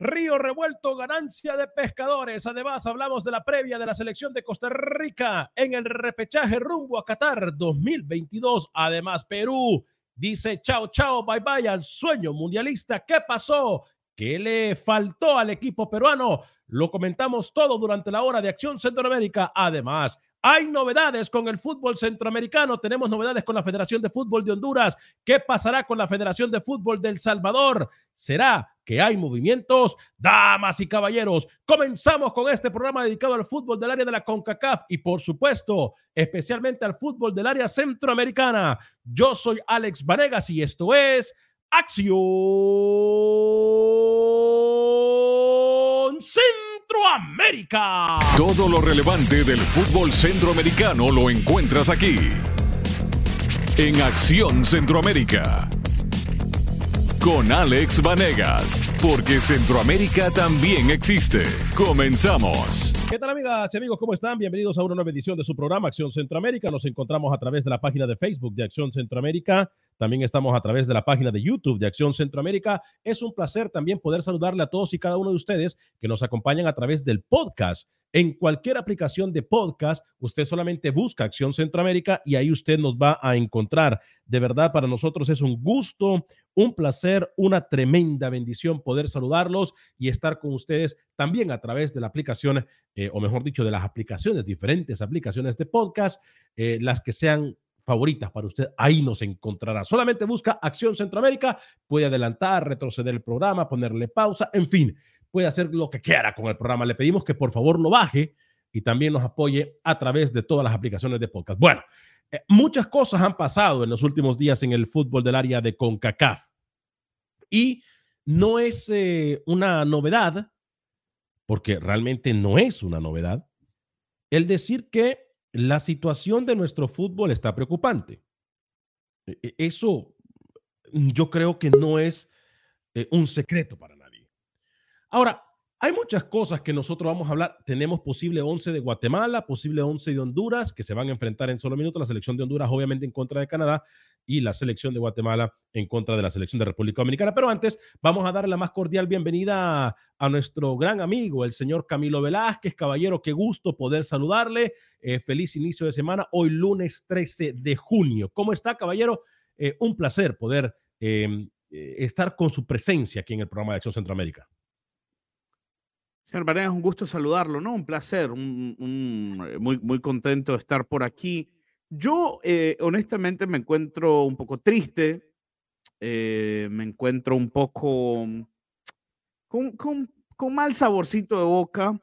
Río Revuelto, ganancia de Pescadores. Además, hablamos de la previa de la selección de Costa Rica en el repechaje rumbo a Qatar 2022. Además, Perú dice chao, chao, bye, bye al sueño mundialista. ¿Qué pasó? ¿Qué le faltó al equipo peruano? Lo comentamos todo durante la hora de Acción Centroamérica. Además, hay novedades con el fútbol centroamericano. Tenemos novedades con la Federación de Fútbol de Honduras. ¿Qué pasará con la Federación de Fútbol de El Salvador? ¿Será que hay movimientos? Damas y caballeros, comenzamos con este programa dedicado al fútbol del área de la CONCACAF y, por supuesto, especialmente al fútbol del área centroamericana. Yo soy Alex Vanegas y esto es Acción Centroamérica. Todo lo relevante del fútbol centroamericano lo encuentras aquí, en Acción Centroamérica, con Alex Vanegas, porque Centroamérica también existe. Comenzamos. ¿Qué tal, amigas y amigos? ¿Cómo están? Bienvenidos a una nueva edición de su programa Acción Centroamérica. Nos encontramos a través de la página de Facebook de Acción Centroamérica. También estamos a través de la página de YouTube de Acción Centroamérica. Es un placer también poder saludarle a todos y cada uno de ustedes que nos acompañan a través del podcast. En cualquier aplicación de podcast, usted solamente busca Acción Centroamérica y ahí usted nos va a encontrar. De verdad, para nosotros es un gusto, un placer, una tremenda bendición poder saludarlos y estar con ustedes también a través de la aplicación, o mejor dicho, de las aplicaciones, diferentes aplicaciones de podcast, las que sean favoritas para usted, ahí nos encontrará. Solamente busca Acción Centroamérica, puede adelantar, retroceder el programa, ponerle pausa, en fin, puede hacer lo que quiera con el programa. Le pedimos que por favor lo baje y también nos apoye a través de todas las aplicaciones de podcast. Bueno, muchas cosas han pasado en los últimos días en el fútbol del área de CONCACAF y no es una novedad, porque realmente no es una novedad, el decir que la situación de nuestro fútbol está preocupante. Eso yo creo que no es un secreto para nadie. Ahora, hay muchas cosas que nosotros vamos a hablar. Tenemos posible 11 de Guatemala, posible 11 de Honduras, que se van a enfrentar en solo minutos. La selección de Honduras, obviamente, en contra de Canadá y la selección de Guatemala en contra de la selección de República Dominicana. Pero antes, vamos a darle la más cordial bienvenida a nuestro gran amigo, el señor Camilo Velázquez. Caballero, qué gusto poder saludarle. Feliz inicio de semana, hoy lunes 13 de junio. ¿Cómo está, caballero? Un placer poder estar con su presencia aquí en el programa de Acción Centroamérica. Señor Vanegas, un gusto saludarlo, ¿no? Un placer, muy contento de estar por aquí. Yo, honestamente, me encuentro un poco triste, me encuentro un poco con mal saborcito de boca.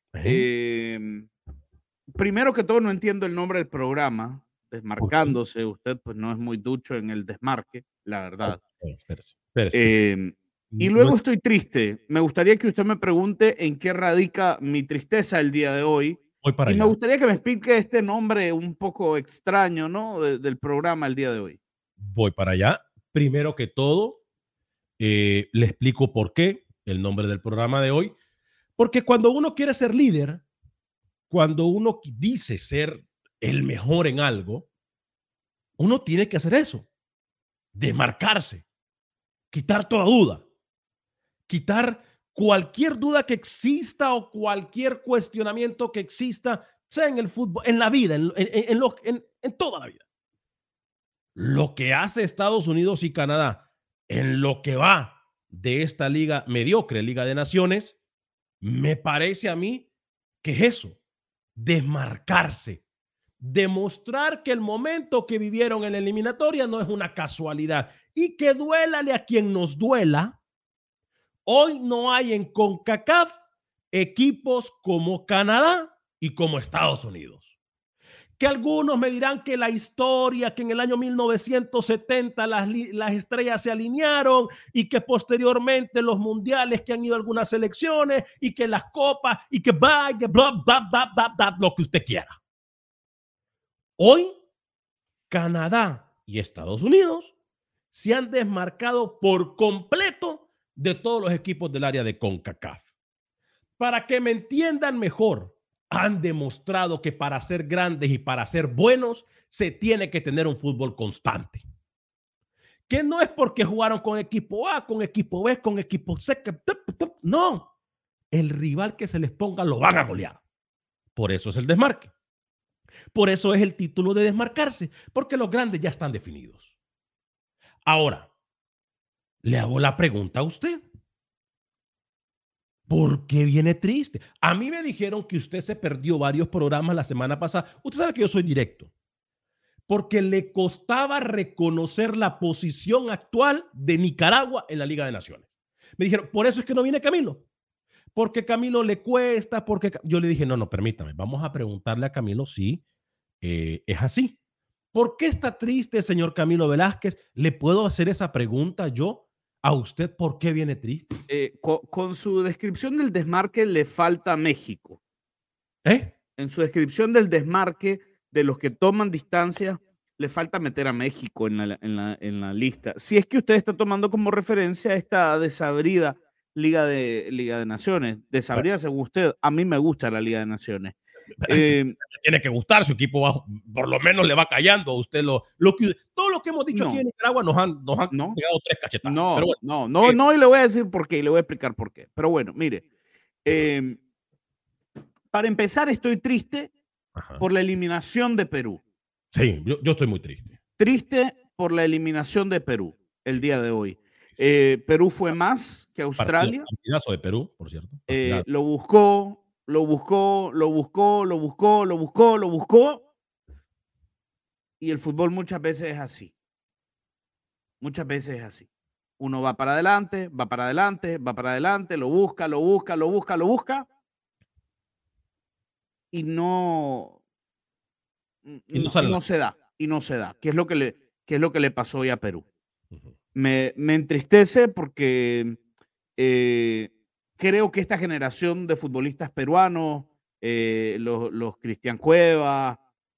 Primero que todo, no entiendo el nombre del programa, Desmarcándose. Usted, pues, no es muy ducho en el desmarque, la verdad. Espérese. Y luego estoy triste. Me gustaría que usted me pregunte en qué radica mi tristeza el día de hoy. Voy para Y allá. me gustaría que me explique este nombre un poco extraño, ¿no? Del programa el día de hoy. Voy para allá. Primero que todo, le explico por qué el nombre del programa de hoy. Porque cuando uno quiere ser líder, cuando uno dice ser el mejor en algo, uno tiene que hacer eso. Desmarcarse. Quitar toda duda. Quitar cualquier duda que exista o cualquier cuestionamiento que exista, sea en el fútbol, en la vida, en toda la vida. Lo que hace Estados Unidos y Canadá en lo que va de esta liga mediocre, Liga de Naciones, me parece a mí que es eso, desmarcarse, demostrar que el momento que vivieron en la eliminatoria no es una casualidad y que duélale a quien nos duela. Hoy no hay en CONCACAF equipos como Canadá y como Estados Unidos. Que algunos me dirán que la historia, que en el año 1970 las estrellas se alinearon y que posteriormente los mundiales que han ido a algunas selecciones y que las copas y que bla, bla, bla, bla, bla, bla, lo que usted quiera. Hoy, Canadá y Estados Unidos se han desmarcado por completo de todos los equipos del área de CONCACAF. Para que me entiendan mejor, han demostrado que para ser grandes y para ser buenos se tiene que tener un fútbol constante. que no es porque jugaron con equipo A, con equipo B, con equipo C, no, el rival que se les ponga lo van a golear. Por eso es el desmarque. Por eso es el título de desmarcarse, porque los grandes ya están definidos. Ahora, le hago la pregunta a usted. ¿Por qué viene triste? A mí me dijeron que usted se perdió varios programas la semana pasada. Usted sabe que yo soy directo. Porque le costaba reconocer la posición actual de Nicaragua en la Liga de Naciones. Me dijeron, por eso es que no viene Camilo. Porque Camilo le cuesta, porque yo le dije, no, permítame, vamos a preguntarle a Camilo si es así. ¿Por qué está triste, señor Camilo Velázquez? ¿Le puedo hacer esa pregunta yo a usted? ¿Por qué viene triste? Con su descripción del desmarque le falta México. ¿Eh? En su descripción del desmarque de los que toman distancia, le falta meter a México en la lista. Si es que usted está tomando como referencia esta desabrida Liga de Naciones. Desabrida según usted. A mí me gusta la Liga de Naciones. Tiene que gustar, su equipo va, por lo menos le va callando a usted todo lo que hemos dicho aquí en Nicaragua nos han pegado 3 cachetadas. No, y le voy a decir por qué, y le voy a explicar por qué. Pero bueno, mire, para empezar estoy triste por la eliminación de Perú. Sí, yo estoy muy triste. Triste por la eliminación de Perú el día de hoy. Perú fue más que Australia. Partidazo de Perú, por cierto. Lo buscó. Y el fútbol muchas veces es así. Muchas veces es así. Uno va para adelante, lo busca. Y no se da. ¿Qué es lo que le pasó hoy a Perú? Uh-huh. Me entristece porque creo que esta generación de futbolistas peruanos, los Cristian Cueva,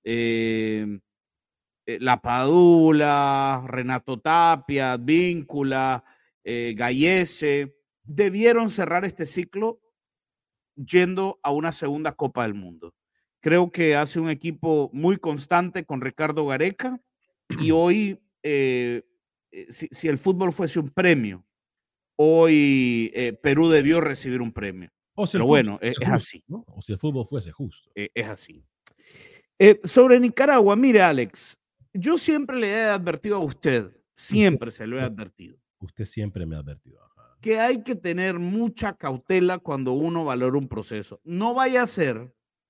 La Padula, Renato Tapia, Advíncula, Gallese, debieron cerrar este ciclo yendo a una segunda Copa del Mundo. Creo que hace un equipo muy constante con Ricardo Gareca y hoy, si el fútbol fuese un premio, hoy Perú debió recibir un premio. Pero bueno, es así. ¿No? O si el fútbol fuese justo. Es así. Sobre Nicaragua, mire, Alex, yo siempre le he advertido a usted, siempre se lo he advertido. Usted siempre me ha advertido. Que hay que tener mucha cautela cuando uno valora un proceso. No vaya a ser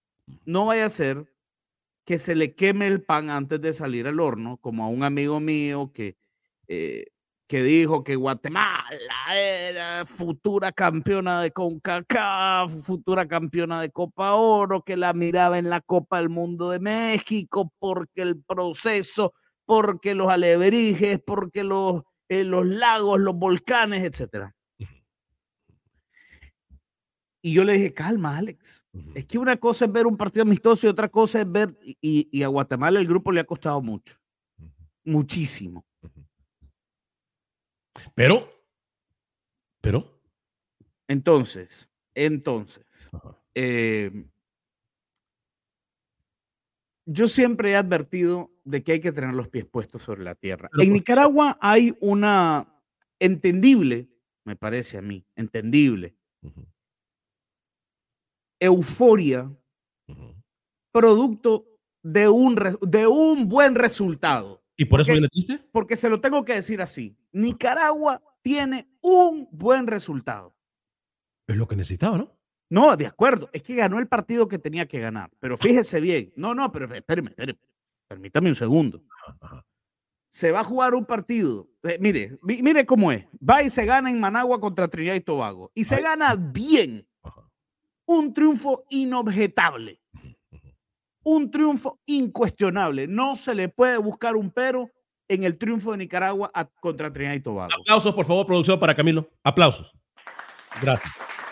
que se le queme el pan antes de salir al horno, como a un amigo mío que dijo que Guatemala era futura campeona de CONCACAF, futura campeona de Copa Oro, que la miraba en la Copa del Mundo de México, porque el proceso, porque los alebrijes, porque los lagos, los volcanes, etcétera. Y yo le dije, calma, Alex. Es que una cosa es ver un partido amistoso y otra cosa es ver, y a Guatemala el grupo le ha costado mucho. Muchísimo. Pero. Entonces, yo siempre he advertido de que hay que tener los pies puestos sobre la tierra. En Nicaragua hay una entendible, me parece a mí, entendible, euforia, producto de un buen resultado. ¿Y por eso viene triste? Porque se lo tengo que decir así. Nicaragua tiene un buen resultado. Es lo que necesitaba, ¿no? No, de acuerdo. Es que ganó el partido que tenía que ganar. Pero fíjese bien. No, pero espéreme. Permítame un segundo. Se va a jugar un partido. Mire cómo es. Va y se gana en Managua contra Trinidad y Tobago. Y se gana bien. Un triunfo inobjetable. Un triunfo incuestionable. No se le puede buscar un pero en el triunfo de Nicaragua contra Trinidad y Tobago. Aplausos, por favor, producción, para Camilo. Aplausos. Gracias.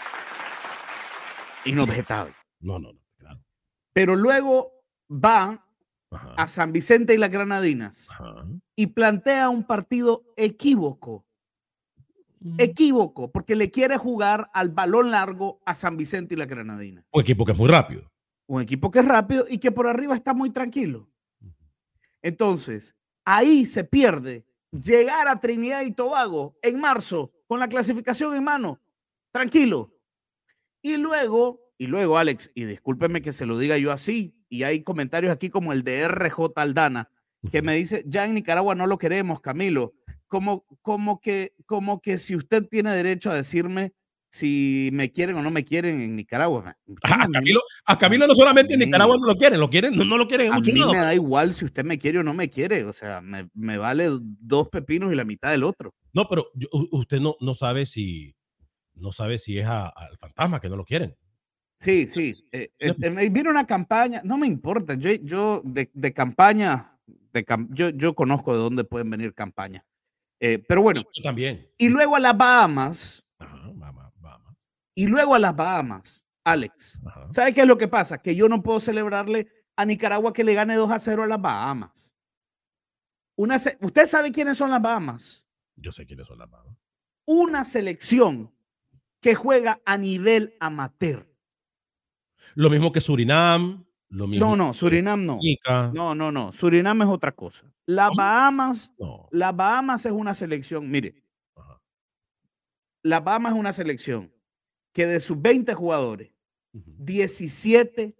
Inobjetable. No, claro. Pero luego va a San Vicente y las Granadinas y plantea un partido equívoco. Equívoco, porque le quiere jugar al balón largo a San Vicente y las Granadinas. Un equipo que es muy rápido. Un equipo que es rápido y que por arriba está muy tranquilo. Entonces, ahí se pierde llegar a Trinidad y Tobago en marzo con la clasificación en mano, tranquilo. Y luego, Alex, y discúlpeme que se lo diga yo así, y hay comentarios aquí como el de RJ Aldana, que me dice, ya en Nicaragua no lo queremos, Camilo. Como que si usted tiene derecho a decirme si me quieren o no me quieren en Nicaragua. A Camilo no solamente en Nicaragua no lo quieren, no lo quieren en muchos lados. A mí me da igual si usted me quiere o no me quiere, o sea, me vale 2 pepinos y la mitad del otro. No, pero usted no sabe si es al Fantasma que no lo quieren. Sí. Viene una campaña, no me importa, yo de campaña, yo conozco de dónde pueden venir campañas. Pero bueno, yo también. Y luego a las Bahamas. Ajá, Bahamas. Y luego a las Bahamas, Alex. Ajá. ¿Sabe qué es lo que pasa? Que yo no puedo celebrarle a Nicaragua que le gane 2-0 a las Bahamas. ¿Usted sabe quiénes son las Bahamas? Yo sé quiénes son las Bahamas. Una selección que juega a nivel amateur. Lo mismo que Surinam. No, Surinam no. No. Surinam es otra cosa. Las Bahamas es una selección, mire. Ajá. Las Bahamas es una selección que de sus 20 jugadores, 17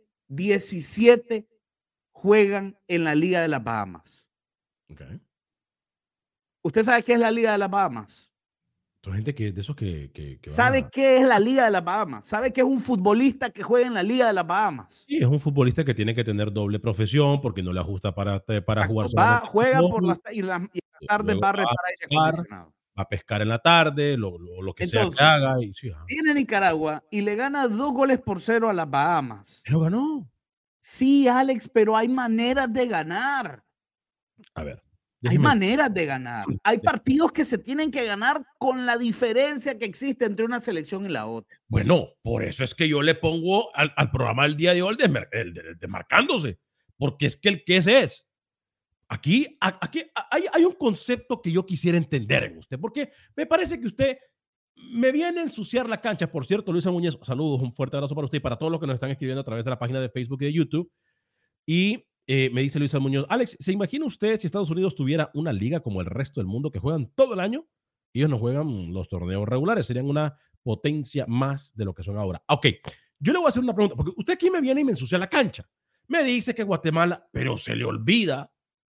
juegan en la Liga de las Bahamas. Okay. ¿Usted sabe qué es la Liga de las Bahamas? Gente de esos que ¿Sabe qué es la Liga de las Bahamas? ¿Sabe qué es un futbolista que juega en la Liga de las Bahamas? Sí, es un futbolista que tiene que tener doble profesión porque no le ajusta para jugar. Juega por las y la tarde va a reparar aire acondicionado. Va a pescar en la tarde, lo que entonces, sea que haga. Viene Nicaragua y le gana 2-0 a las Bahamas. Pero ganó. Sí, Alex, pero hay maneras de ganar. A ver. Hay maneras de ganar. Hay partidos que se tienen que ganar con la diferencia que existe entre una selección y la otra. Bueno, por eso es que yo le pongo al programa del día de hoy el de marcándose, porque es que el que es. Aquí hay un concepto que yo quisiera entender en usted, porque me parece que usted me viene a ensuciar la cancha. Por cierto, Luisa Muñez, saludos, un fuerte abrazo para usted y para todos los que nos están escribiendo a través de la página de Facebook y de YouTube. Y me dice Luisa Muñoz, Alex, ¿se imagina usted si Estados Unidos tuviera una liga como el resto del mundo que juegan todo el año? Ellos no juegan los torneos regulares, serían una potencia más de lo que son ahora. Ok, yo le voy a hacer una pregunta, porque usted aquí me viene y me ensucia la cancha. Me dice que Guatemala, pero se le olvida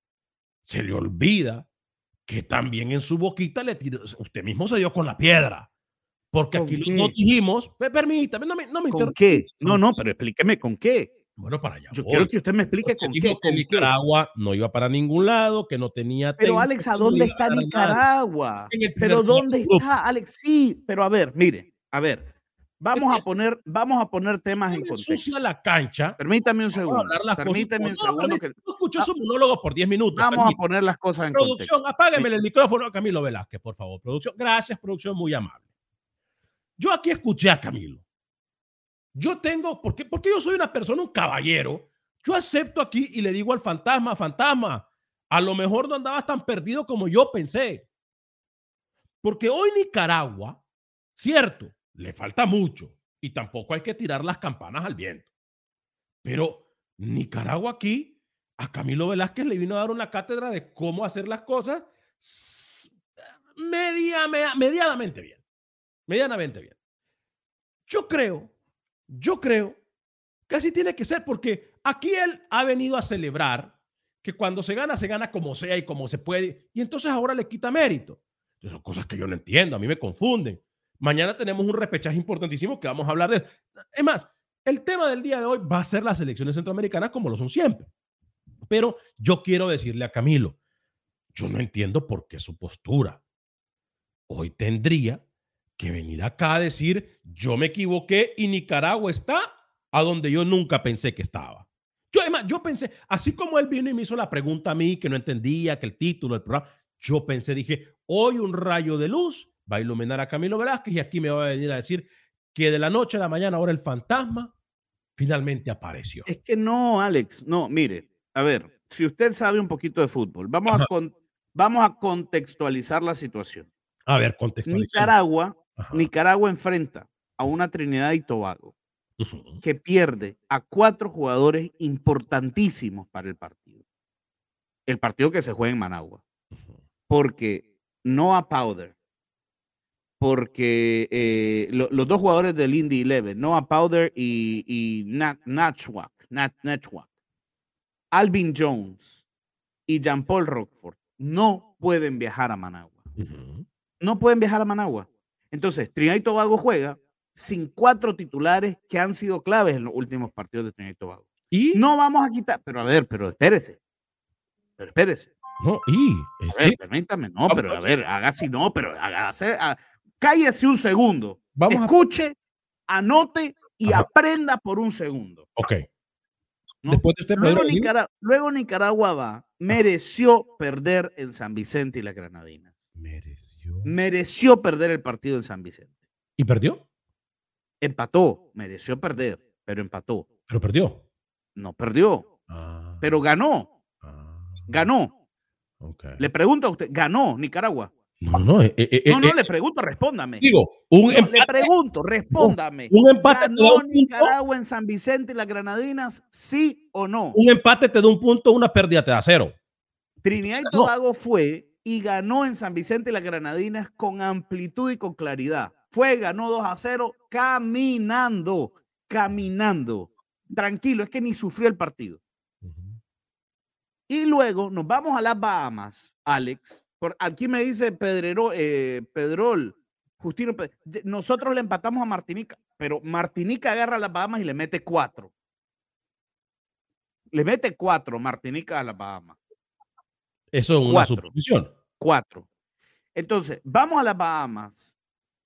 que también en su boquita le tiró, usted mismo se dio con la piedra. Porque aquí los dos dijimos, permítame, no me ¿Con qué? No, pero explíqueme con qué. Bueno, para allá. Yo quiero que usted me explique con qué. Que Nicaragua no iba para ningún lado, que no tenía. Pero Alex, ¿a dónde está Nicaragua? Pero ¿dónde está Alex? Sí, pero a ver, mire, vamos a poner temas en contexto. La cancha. Permítame un segundo. Permítame un segundo. No escucho su monólogo por 10 minutos. Vamos a poner las cosas en contexto. Producción, apágueme el micrófono a Camilo Velázquez, por favor. Producción, gracias, producción, muy amable. Yo aquí escuché a Camilo. Yo tengo, porque yo soy una persona, un caballero, yo acepto aquí y le digo al fantasma, a lo mejor no andabas tan perdido como yo pensé. Porque hoy Nicaragua, cierto, le falta mucho y tampoco hay que tirar las campanas al viento. Pero Nicaragua aquí, a Camilo Velázquez le vino a dar una cátedra de cómo hacer las cosas medianamente bien. Medianamente bien. Yo creo que así tiene que ser, porque aquí él ha venido a celebrar que cuando se gana como sea y como se puede, y entonces ahora le quita mérito. Entonces, son cosas que yo no entiendo, a mí me confunden. Mañana tenemos un repechaje importantísimo que vamos a hablar de. Es más, el tema del día de hoy va a ser las elecciones centroamericanas como lo son siempre. Pero yo quiero decirle a Camilo, yo no entiendo por qué su postura. Hoy tendría que venir acá a decir, yo me equivoqué y Nicaragua está a donde yo nunca pensé que estaba. Yo pensé, así como él vino y me hizo la pregunta a mí, que no entendía, que el título del programa, yo pensé, dije, hoy un rayo de luz va a iluminar a Camilo Velázquez y aquí me va a venir a decir que de la noche a la mañana ahora el fantasma finalmente apareció. Es que no, Alex, no, mire, a ver, si usted sabe un poquito de fútbol, vamos a contextualizar la situación. A ver, Nicaragua enfrenta a una Trinidad y Tobago que pierde a 4 jugadores importantísimos para el partido. El partido que se juega en Managua. porque Noah Powder, porque los dos jugadores del Indy 11, Noah Powder y Natchwak, Alvin Jones y Jean-Paul Rockford, no pueden viajar a Managua. No pueden viajar a Managua. Entonces, Trinidad y Tobago juega sin 4 titulares que han sido claves en los últimos partidos de Trinidad y Tobago. ¿Y? No vamos a quitar, pero espérese. No, permítame, no, pero a ver, haga así, no, pero cállese un segundo. Escuche, anote y aprenda por un segundo. Ok. ¿No? Después de usted luego Nicaragua mereció perder en San Vicente y las Granadinas. Mereció perder el partido en San Vicente. ¿Y perdió? Empató. Mereció perder, pero empató. ¿Pero perdió? No perdió. Pero ganó. Ganó. Okay. Le pregunto a usted, ¿ganó Nicaragua? No, le pregunto, respóndame. Digo, empate, le pregunto, respóndame. Un empate ¿Ganó Nicaragua en San Vicente y las Granadinas, sí o no? Un empate te da un punto, una pérdida te da 0. Trinidad y Tobago fue y ganó en San Vicente y las Granadinas con amplitud y con claridad. Ganó 2-0 caminando. Tranquilo, es que ni sufrió el partido. Y luego nos vamos a las Bahamas, Alex. Aquí me dice Pedrol, Justino, nosotros le empatamos a Martinica, pero Martinica agarra a las Bahamas y le mete 4. Le mete 4 Martinica a las Bahamas. Eso es una suposición. 4. Entonces, vamos a las Bahamas.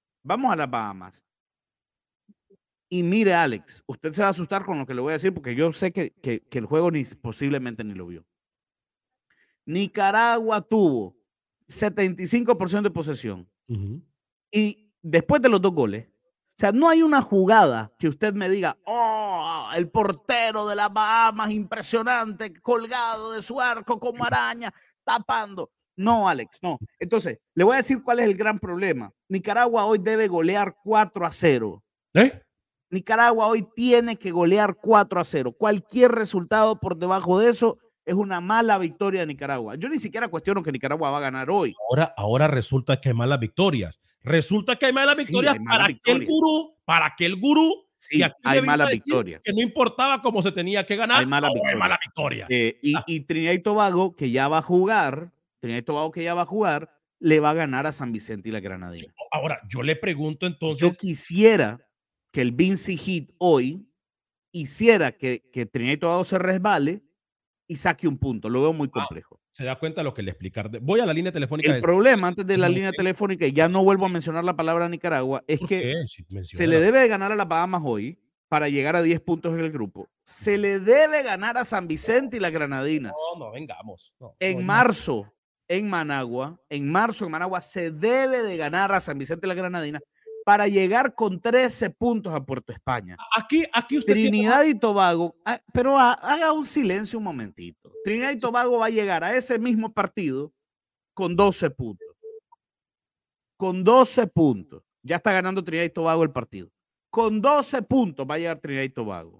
Y mire, Alex, usted se va a asustar con lo que le voy a decir porque yo sé que el juego posiblemente ni lo vio. Nicaragua tuvo 75% de posesión. Y después de los 2 goles, o sea, no hay una jugada que usted me diga, oh, el portero de las Bahamas, impresionante, colgado de su arco como araña, tapando. No, Alex, no. Entonces, le voy a decir cuál es el gran problema. Nicaragua hoy debe golear 4-0. Nicaragua hoy tiene que golear 4-0. Cualquier resultado por debajo de eso es una mala victoria de Nicaragua. Yo ni siquiera cuestiono que Nicaragua va a ganar hoy. Ahora resulta que hay malas victorias. Resulta que hay malas victorias para que el gurú sí, hay malas victorias. Que no importaba cómo se tenía que ganar. Hay malas victorias. Y Trinidad y Tobago, que ya va a jugar, le va a ganar a San Vicente y la Granadina. Ahora, yo le pregunto entonces. Yo quisiera que el Vinci Heat hoy hiciera que Trinidad y Tobago se resbale y saque un punto. Lo veo muy complejo. Se da cuenta de lo que le explicar. Voy a la línea telefónica. El problema antes de la línea telefónica, y ya no vuelvo a mencionar la palabra Nicaragua, es que se le debe ganar a las Bahamas hoy para llegar a 10 puntos en el grupo. Se le debe ganar a San Vicente y las Granadinas. No, vengamos. En marzo, en Managua, se debe de ganar a San Vicente y las Granadinas para llegar con 13 puntos a Puerto España. Aquí usted Trinidad y Tobago, pero haga un silencio un momentito. Trinidad y Tobago va a llegar a ese mismo partido con 12 puntos. Con 12 puntos. Ya está ganando Trinidad y Tobago el partido. Con 12 puntos va a llegar Trinidad y Tobago.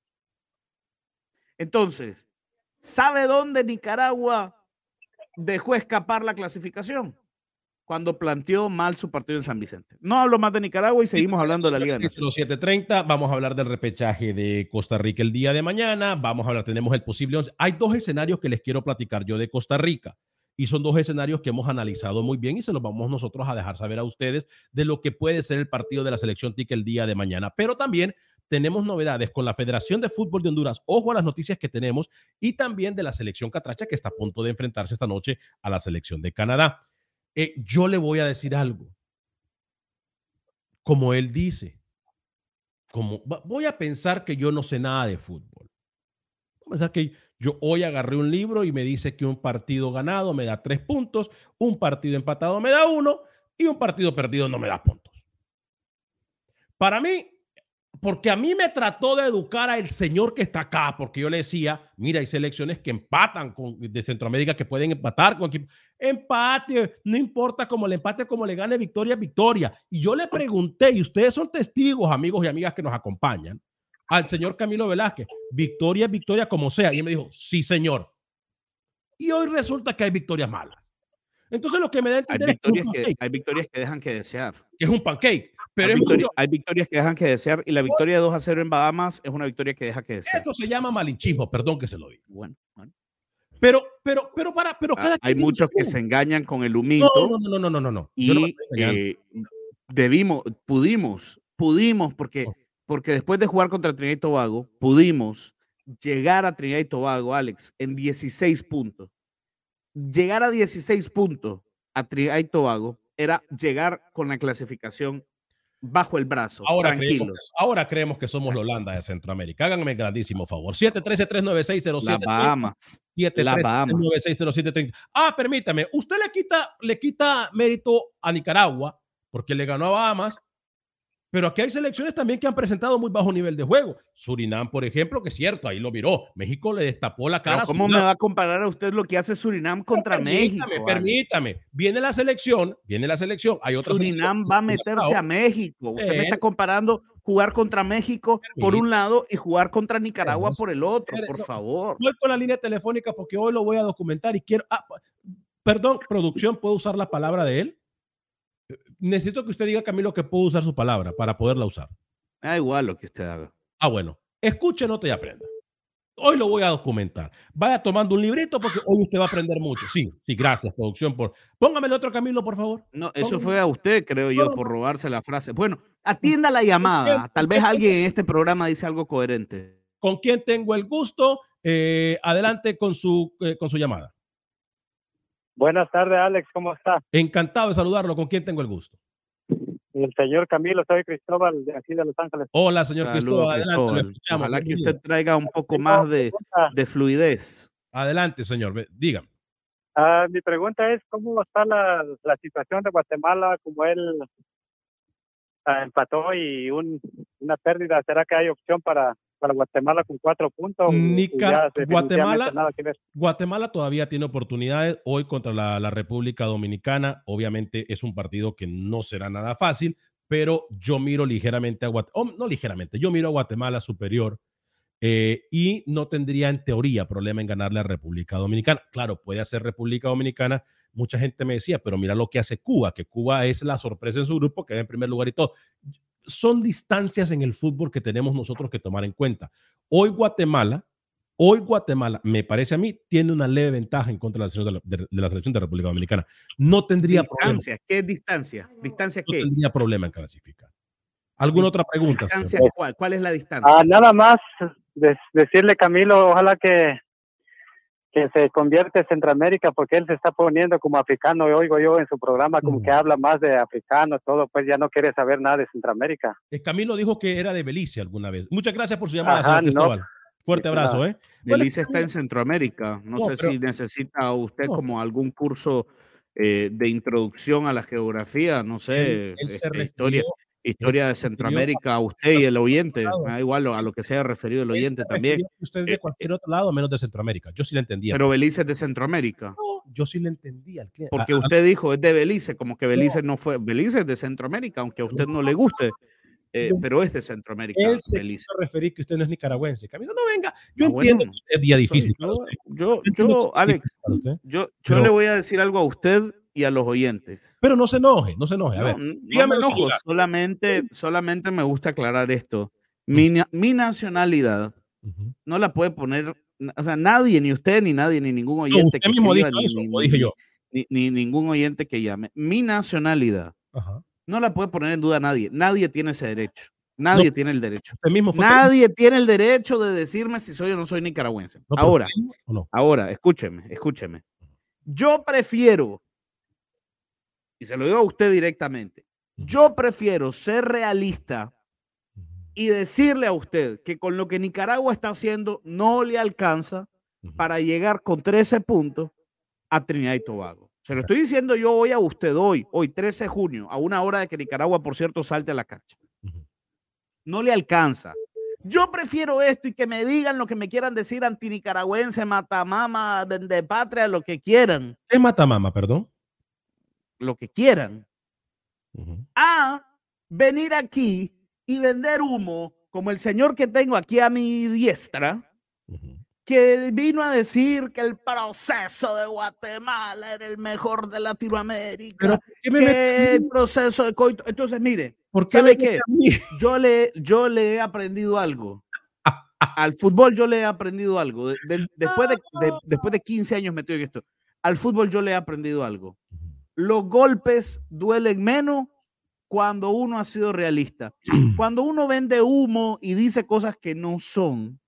Entonces, ¿sabe dónde Nicaragua dejó escapar la clasificación? Cuando planteó mal su partido en San Vicente. No hablo más de Nicaragua y seguimos hablando de la Liga Nacional. 7:30, vamos a hablar del repechaje de Costa Rica el día de mañana. Vamos a hablar, tenemos el posible 11. Hay 2 escenarios que les quiero platicar yo de Costa Rica. Y son 2 escenarios que hemos analizado muy bien y se los vamos nosotros a dejar saber a ustedes de lo que puede ser el partido de la selección TIC el día de mañana. Pero también tenemos novedades con la Federación de Fútbol de Honduras. Ojo a las noticias que tenemos y también de la selección catracha que está a punto de enfrentarse esta noche a la selección de Canadá. Yo le voy a decir algo. Como él dice, voy a pensar que yo no sé nada de fútbol. Voy a pensar que yo hoy agarré un libro y me dice que un partido ganado me da 3 puntos, un partido empatado me da 1 y un partido perdido no me da puntos. Para mí, porque a mí me trató de educar a el señor que está acá, porque yo le decía, mira, hay selecciones que empatan de Centroamérica, que pueden empatar con equipos. Empate, no importa cómo le empate, cómo le gane, victoria es victoria. Y yo le pregunté, y ustedes son testigos, amigos y amigas que nos acompañan, al señor Camilo Velázquez, victoria es victoria como sea. Y él me dijo, sí, señor. Y hoy resulta que hay victorias malas. Entonces lo que me da a Hay entender es que es un victorias que, pancake. hay victorias que dejan que desear. Que es un pancake. Pero Hay, es mucho. hay victorias que dejan que desear y la victoria de 2-0 en Bahamas es una victoria que deja que desear. Esto se llama malinchismo, perdón que se lo diga. Bueno. Pero cada Hay quien tiene muchos su que punto. se engañan con el No. humito Yo no me y estoy engañando. pudimos, porque después de jugar contra Trinidad y Tobago, pudimos llegar a Trinidad y Tobago, Alex, en 16 puntos. Llegar a 16 puntos a Trinidad y Tobago era llegar con la clasificación bajo el brazo, tranquilo. Ahora creemos que somos la Holanda de Centroamérica. Háganme el grandísimo favor. 713-396-0730. Las Bahamas. 713-396-0730. Permítame. Usted le quita mérito a Nicaragua porque le ganó a Bahamas, pero aquí hay selecciones también que han presentado muy bajo nivel de juego. Surinam, por ejemplo, que es cierto, ahí lo miró. México le destapó la cara. Pero ¿cómo me va a comparar a usted lo que hace Surinam contra México? Permítame. Viene la selección. Hay otra Surinam va a meterse a México. Usted me está comparando jugar contra México por un lado y jugar contra Nicaragua por el otro, por favor. Voy con la línea telefónica porque hoy lo voy a documentar y quiero... perdón, producción, ¿puedo usar la palabra de él? Necesito que usted diga, Camilo, que puedo usar su palabra para poderla usar. Da igual lo que usted haga. Bueno. Escuche, nota y aprenda. Hoy lo voy a documentar. Vaya tomando un librito porque hoy usted va a aprender mucho. Sí, gracias, producción. Póngame el otro, Camilo, por favor. No, eso fue a usted, creo yo, por robarse la frase. Bueno, atienda la llamada. Tal vez alguien en este programa dice algo coherente. ¿Con quién tengo el gusto? Adelante con su llamada. Buenas tardes, Alex, ¿cómo está? Encantado de saludarlo. ¿Con quién tengo el gusto? El señor Camilo, soy Cristóbal, de aquí de Los Ángeles. Hola, señor Cristóbal. Adelante, ojalá que usted traiga un poco más de fluidez. Adelante, señor, dígame. Mi pregunta es, ¿cómo está la situación de Guatemala? Como él empató y una pérdida, ¿será que hay opción para Guatemala con 4 puntos? Guatemala todavía tiene oportunidades hoy contra la República Dominicana. Obviamente es un partido que no será nada fácil, pero yo miro ligeramente a Guatemala, no ligeramente, yo miro a Guatemala superior y no tendría en teoría problema en ganarle a República Dominicana. Claro, puede hacer República Dominicana. Mucha gente me decía, pero mira lo que hace Cuba, que Cuba es la sorpresa en su grupo, que va en primer lugar y todo. Son distancias en el fútbol que tenemos nosotros que tomar en cuenta. Hoy Guatemala, me parece a mí, tiene una leve ventaja en contra de la selección de República Dominicana. No tendría problema. ¿Qué es distancia? No tendría problema en clasificar. ¿Alguna otra pregunta? ¿Distancia cuál? ¿Cuál es la distancia? Nada más decirle, Camilo, ojalá que se convierte en Centroamérica, porque él se está poniendo como africano. Y oigo yo en su programa como que habla más de africano, todo, pues ya no quiere saber nada de Centroamérica. Camilo dijo que era de Belice alguna vez. Muchas gracias por su llamada, señor Cristóbal. Fuerte abrazo, Belice está en Centroamérica. No sé si necesita usted como algún curso de introducción a la geografía, no sé, historia de Centroamérica a usted y el oyente. Me da igual a lo que sea referido el oyente también. Usted de cualquier otro lado menos de Centroamérica. Yo sí le entendía. Pero Belice es de Centroamérica. No, yo sí le entendía al cliente. Porque usted dijo es de Belice, como que Belice no fue. Belice es de Centroamérica, aunque a usted no le guste. Pero es de Centroamérica. Él se quiso referir que usted no es nicaragüense. Camilo, no venga. Yo entiendo que es día difícil. Alex, yo le voy a decir algo a usted y a los oyentes. Pero no se enoje. A ver, dígame enojo. Solamente me gusta aclarar esto. Mi nacionalidad no la puede poner, o sea, nadie, ni usted, ni nadie, ni ningún oyente que mismo escriba, eso, lo dije yo. Ni ningún oyente que llame. Mi nacionalidad no la puede poner en duda nadie. Nadie tiene ese derecho. Nadie tiene el derecho. Nadie tiene el derecho de decirme si soy o no soy nicaragüense. Ahora, escúcheme. Yo prefiero, y se lo digo a usted directamente, yo prefiero ser realista y decirle a usted que con lo que Nicaragua está haciendo no le alcanza para llegar con 13 puntos a Trinidad y Tobago. Se lo estoy diciendo yo hoy a usted, hoy 13 de junio, a una hora de que Nicaragua, por cierto, salte a la cancha. No le alcanza. Yo prefiero esto y que me digan lo que me quieran decir antinicaragüense, matamama, de patria, lo que quieran. ¿Qué matamama, perdón? Lo que quieran. A venir aquí y vender humo como el señor que tengo aquí a mi diestra, que vino a decir que el proceso de Guatemala era el mejor de Latinoamérica, Pero ¿por qué me que el proceso de coito. Entonces, mire, ¿por qué ¿sabe me qué? Yo le he aprendido algo. Al fútbol yo le he aprendido algo. Después de 15 años metido en esto, al fútbol yo le he aprendido algo. Los golpes duelen menos cuando uno ha sido realista. Cuando uno vende humo y dice cosas que no son,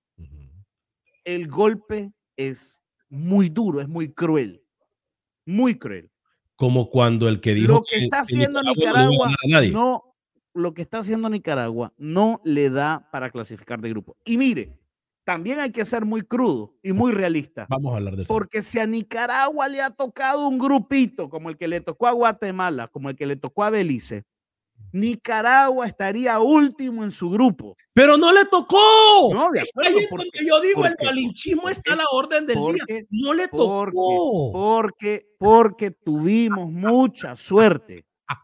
el golpe es muy duro, es muy cruel. Muy cruel. Como cuando el que dijo Lo que está haciendo Nicaragua lo que está haciendo Nicaragua no le da para clasificar de grupo. Y mire, también hay que ser muy crudo y muy realista. Vamos a hablar de eso. Porque si a Nicaragua le ha tocado un grupito como el que le tocó a Guatemala, como el que le tocó a Belice, Nicaragua estaría último en su grupo. Pero no le tocó. No, de acuerdo, ahí es donde yo digo, el malinchismo está a la orden del día. No le tocó. Porque tuvimos mucha suerte.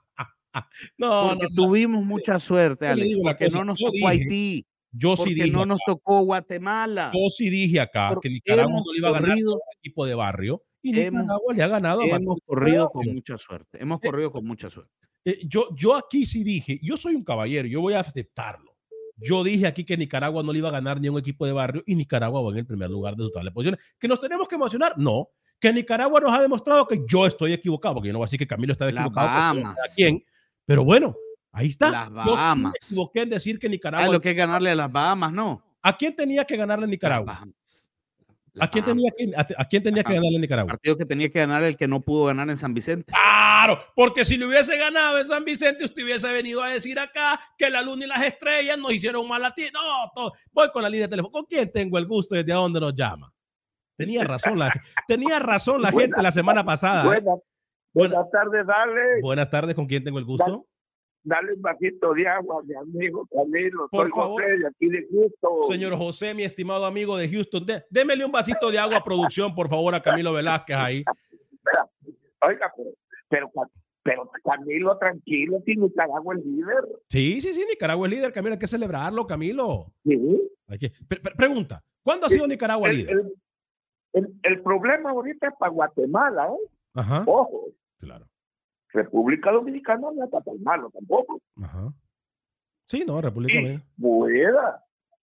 Porque tuvimos mucha suerte, Alex, porque no nos tocó Haití. Porque no nos tocó Guatemala. Yo sí dije acá que Nicaragua no le iba a ganar a un equipo de barrio y Nicaragua le ha ganado a Hemos corrido con mucha suerte. Hemos corrido con mucha suerte. Yo aquí sí dije, yo soy un caballero, yo voy a aceptarlo. Yo dije aquí que Nicaragua no le iba a ganar ni a un equipo de barrio y Nicaragua va en el primer lugar de su tabla de posiciones. ¿Que nos tenemos que emocionar? No. Que Nicaragua nos ha demostrado que yo estoy equivocado, porque yo no voy a decir que Camilo estaba equivocado. ¿A quién? Pero bueno, ahí está. Las Bahamas. Yo sí me equivoqué en decir que Nicaragua. Lo que es ganarle a las Bahamas, ¿no? ¿A quién tenía que ganarle a Nicaragua? ¿A quién tenía que ganarle a Nicaragua? El partido que tenía que ganar el que no pudo ganar en San Vicente. Claro, porque si le hubiese ganado en San Vicente, usted hubiese venido a decir acá que la luna y las estrellas nos hicieron mal a ti. No, voy con la línea de teléfono. ¿Con quién tengo el gusto y desde dónde nos llama? Tenía razón la gente la semana pasada. Buenas tardes, dale. Buenas tardes, ¿con quién tengo el gusto? Dale un vasito de agua, mi amigo Camilo. Por favor. José, de aquí de Houston. Señor José, mi estimado amigo de Houston, démele un vasito de agua a producción, por favor, a Camilo Velázquez ahí. Oiga, pero Camilo, tranquilo, si Nicaragua es líder. Sí, Nicaragua es líder, Camilo, hay que celebrarlo, Camilo. Sí. Pregunta, ¿cuándo ha sido Nicaragua líder? El problema ahorita es para Guatemala, ¿eh? Ajá. Ojo. Claro. República Dominicana no está tan malo tampoco. Ajá. Sí, no, República Dominicana.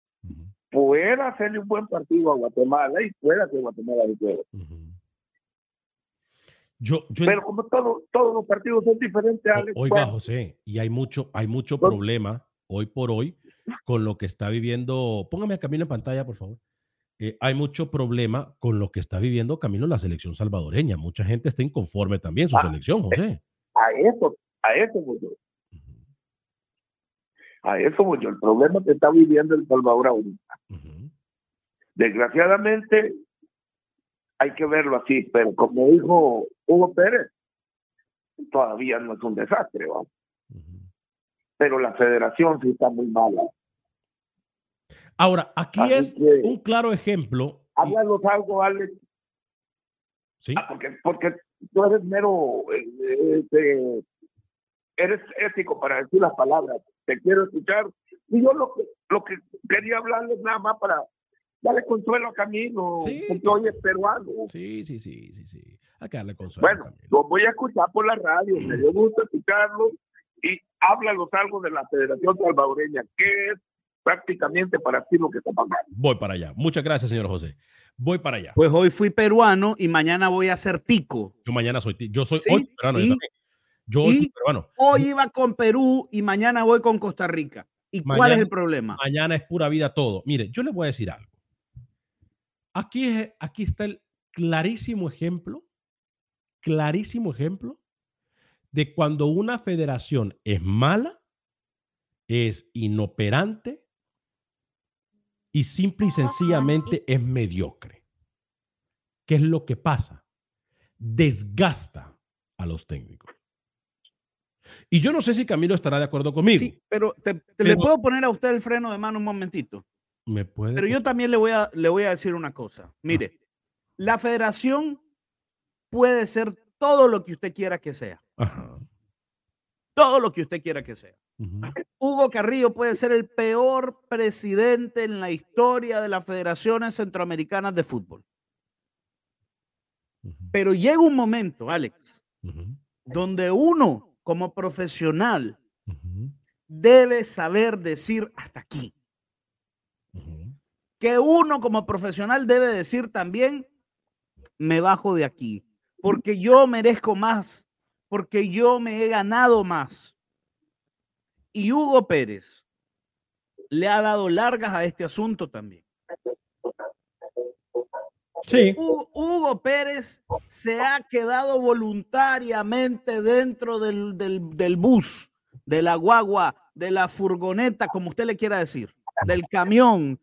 Pueda hacerle un buen partido a Guatemala y pueda que Guatemala le pueda. Pero como todos los partidos son diferentes, Alex. Oiga, José, y hay mucho problema hoy por hoy con lo que está viviendo. Póngame a Camilo en pantalla, por favor. Hay mucho problema con lo que está viviendo Camilo la selección salvadoreña. Mucha gente está inconforme también su selección, José. A eso voy yo. A eso voy yo. El problema que está viviendo El Salvador ahorita. Desgraciadamente, hay que verlo así, pero como dijo Hugo Pérez, todavía no es un desastre, ¿va? Pero la federación sí está muy mala. Ahora, aquí es un claro ejemplo. Háblanos algo, Alex. Sí. Porque tú eres mero, eres ético para decir las palabras. Te quiero escuchar. Y yo lo que quería hablarles nada más para darle consuelo a Camilo, porque hoy es peruano. Sí. Hay que darle consuelo. Bueno, lo voy a escuchar por la radio. Me dio gusto escucharlo. Y háblanos algo de la Federación Salvadoreña. ¿Qué es prácticamente para ti lo que está pasando? Voy para allá. Muchas gracias, señor José. Voy para allá. Pues hoy fui peruano y mañana voy a ser tico. Yo mañana soy tico. Yo soy hoy peruano. Yo soy peruano. Hoy iba con Perú y mañana voy con Costa Rica. ¿Y cuál es el problema? Mañana es pura vida todo. Mire, yo les voy a decir algo. Aquí está el clarísimo ejemplo de cuando una federación es mala, es inoperante y simple y sencillamente es mediocre. ¿Qué es lo que pasa? Desgasta a los técnicos. Y yo no sé si Camilo estará de acuerdo conmigo. Sí, pero le puedo poner a usted el freno de mano un momentito. Pero yo también le voy a decir una cosa. Mire, la federación puede ser todo lo que usted quiera que sea. Ajá. todo lo que usted quiera que sea. Hugo Carrillo puede ser el peor presidente en la historia de las federaciones centroamericanas de fútbol. Pero llega un momento, Alex, donde uno como profesional debe saber decir hasta aquí. Que uno como profesional debe decir también, me bajo de aquí, porque yo merezco más, porque yo me he ganado más. Y Hugo Pérez le ha dado largas a este asunto también. Sí. Hugo Pérez se ha quedado voluntariamente dentro del bus, de la guagua, de la furgoneta, como usted le quiera decir, del camión,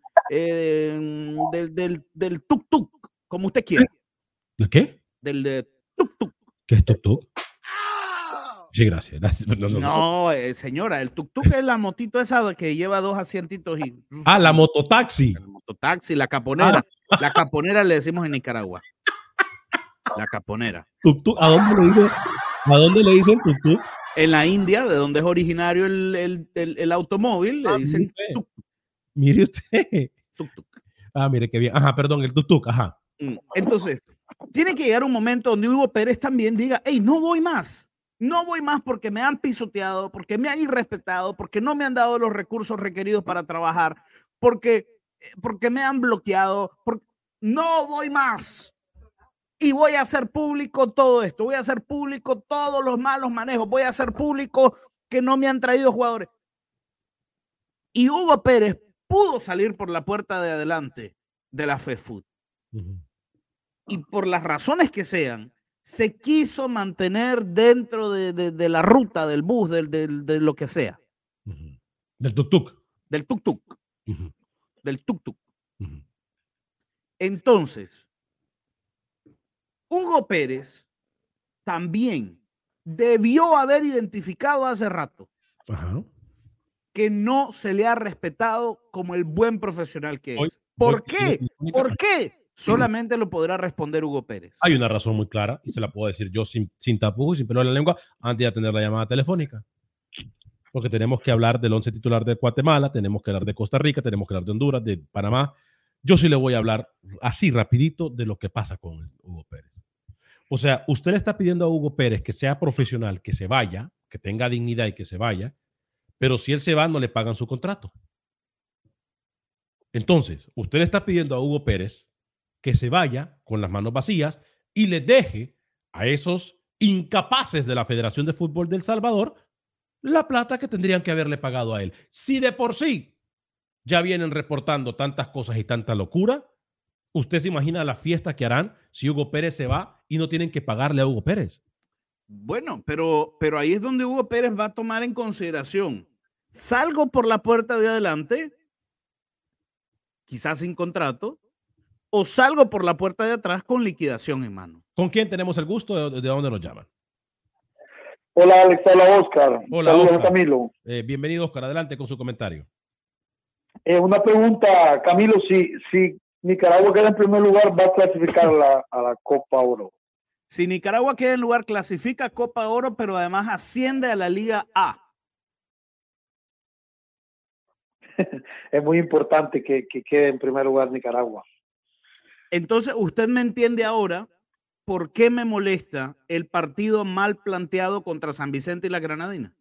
del tuk-tuk, como usted quiera. ¿El qué? Del tuk-tuk. ¿Qué es tuk-tuk? Sí, gracias. No, señora, el tuk-tuk es la motito esa que lleva 2 asientitos y... La mototaxi. El mototaxi, la caponera. La caponera le decimos en Nicaragua. La caponera. Tuk-tuk. ¿A dónde le dicen tuk-tuk? En la India, de donde es originario el automóvil, le dicen tuk-tuk. Mire usted. Tuk-tuk. Mire qué bien. Ajá, perdón, el tuk-tuk, ajá. Entonces, tiene que llegar un momento donde Hugo Pérez también diga, hey, no voy más. No voy más porque me han pisoteado, porque me han irrespetado, porque no me han dado los recursos requeridos para trabajar, porque me han bloqueado. No voy más. Y voy a hacer público todo esto. Voy a hacer público todos los malos manejos. Voy a hacer público que no me han traído jugadores. Y Hugo Pérez pudo salir por la puerta de adelante de la FEFUT. Y por las razones que sean, se quiso mantener dentro de la ruta, del bus, de lo que sea. Del tuk-tuk. Del tuk-tuk. Del tuk-tuk. Entonces, Hugo Pérez también debió haber identificado hace rato que no se le ha respetado como el buen profesional que es. ¿Por qué? ¿Por qué? Solamente lo podrá responder Hugo Pérez. Hay una razón muy clara y se la puedo decir yo sin tapujos y sin pelo en la lengua antes de atender la llamada telefónica. Porque tenemos que hablar del 11 titular de Guatemala, tenemos que hablar de Costa Rica, tenemos que hablar de Honduras, de Panamá. Yo sí le voy a hablar así rapidito de lo que pasa con Hugo Pérez. O sea, usted le está pidiendo a Hugo Pérez que sea profesional, que se vaya, que tenga dignidad y que se vaya, pero si él se va no le pagan su contrato. Entonces, usted le está pidiendo a Hugo Pérez que se vaya con las manos vacías y le deje a esos incapaces de la Federación de Fútbol de El Salvador la plata que tendrían que haberle pagado a él. Si de por sí ya vienen reportando tantas cosas y tanta locura, ¿usted se imagina la fiesta que harán si Hugo Pérez se va y no tienen que pagarle a Hugo Pérez? Bueno, pero ahí es donde Hugo Pérez va a tomar en consideración. Salgo por la puerta de adelante, quizás sin contrato, o salgo por la puerta de atrás con liquidación en mano. ¿Con quién tenemos el gusto? ¿De dónde nos llaman? Hola, Alex. Hola, Oscar. Hola, saludos, Oscar. Camilo. Bienvenido, Oscar. Adelante con su comentario. Una pregunta, Camilo. Si Nicaragua queda en primer lugar, ¿va a clasificar a la Copa Oro? Si Nicaragua queda en lugar, clasifica a Copa Oro, pero además asciende a la Liga A. Es muy importante que quede en primer lugar Nicaragua. Entonces, usted me entiende ahora por qué me molesta el partido mal planteado contra San Vicente y la Granadina.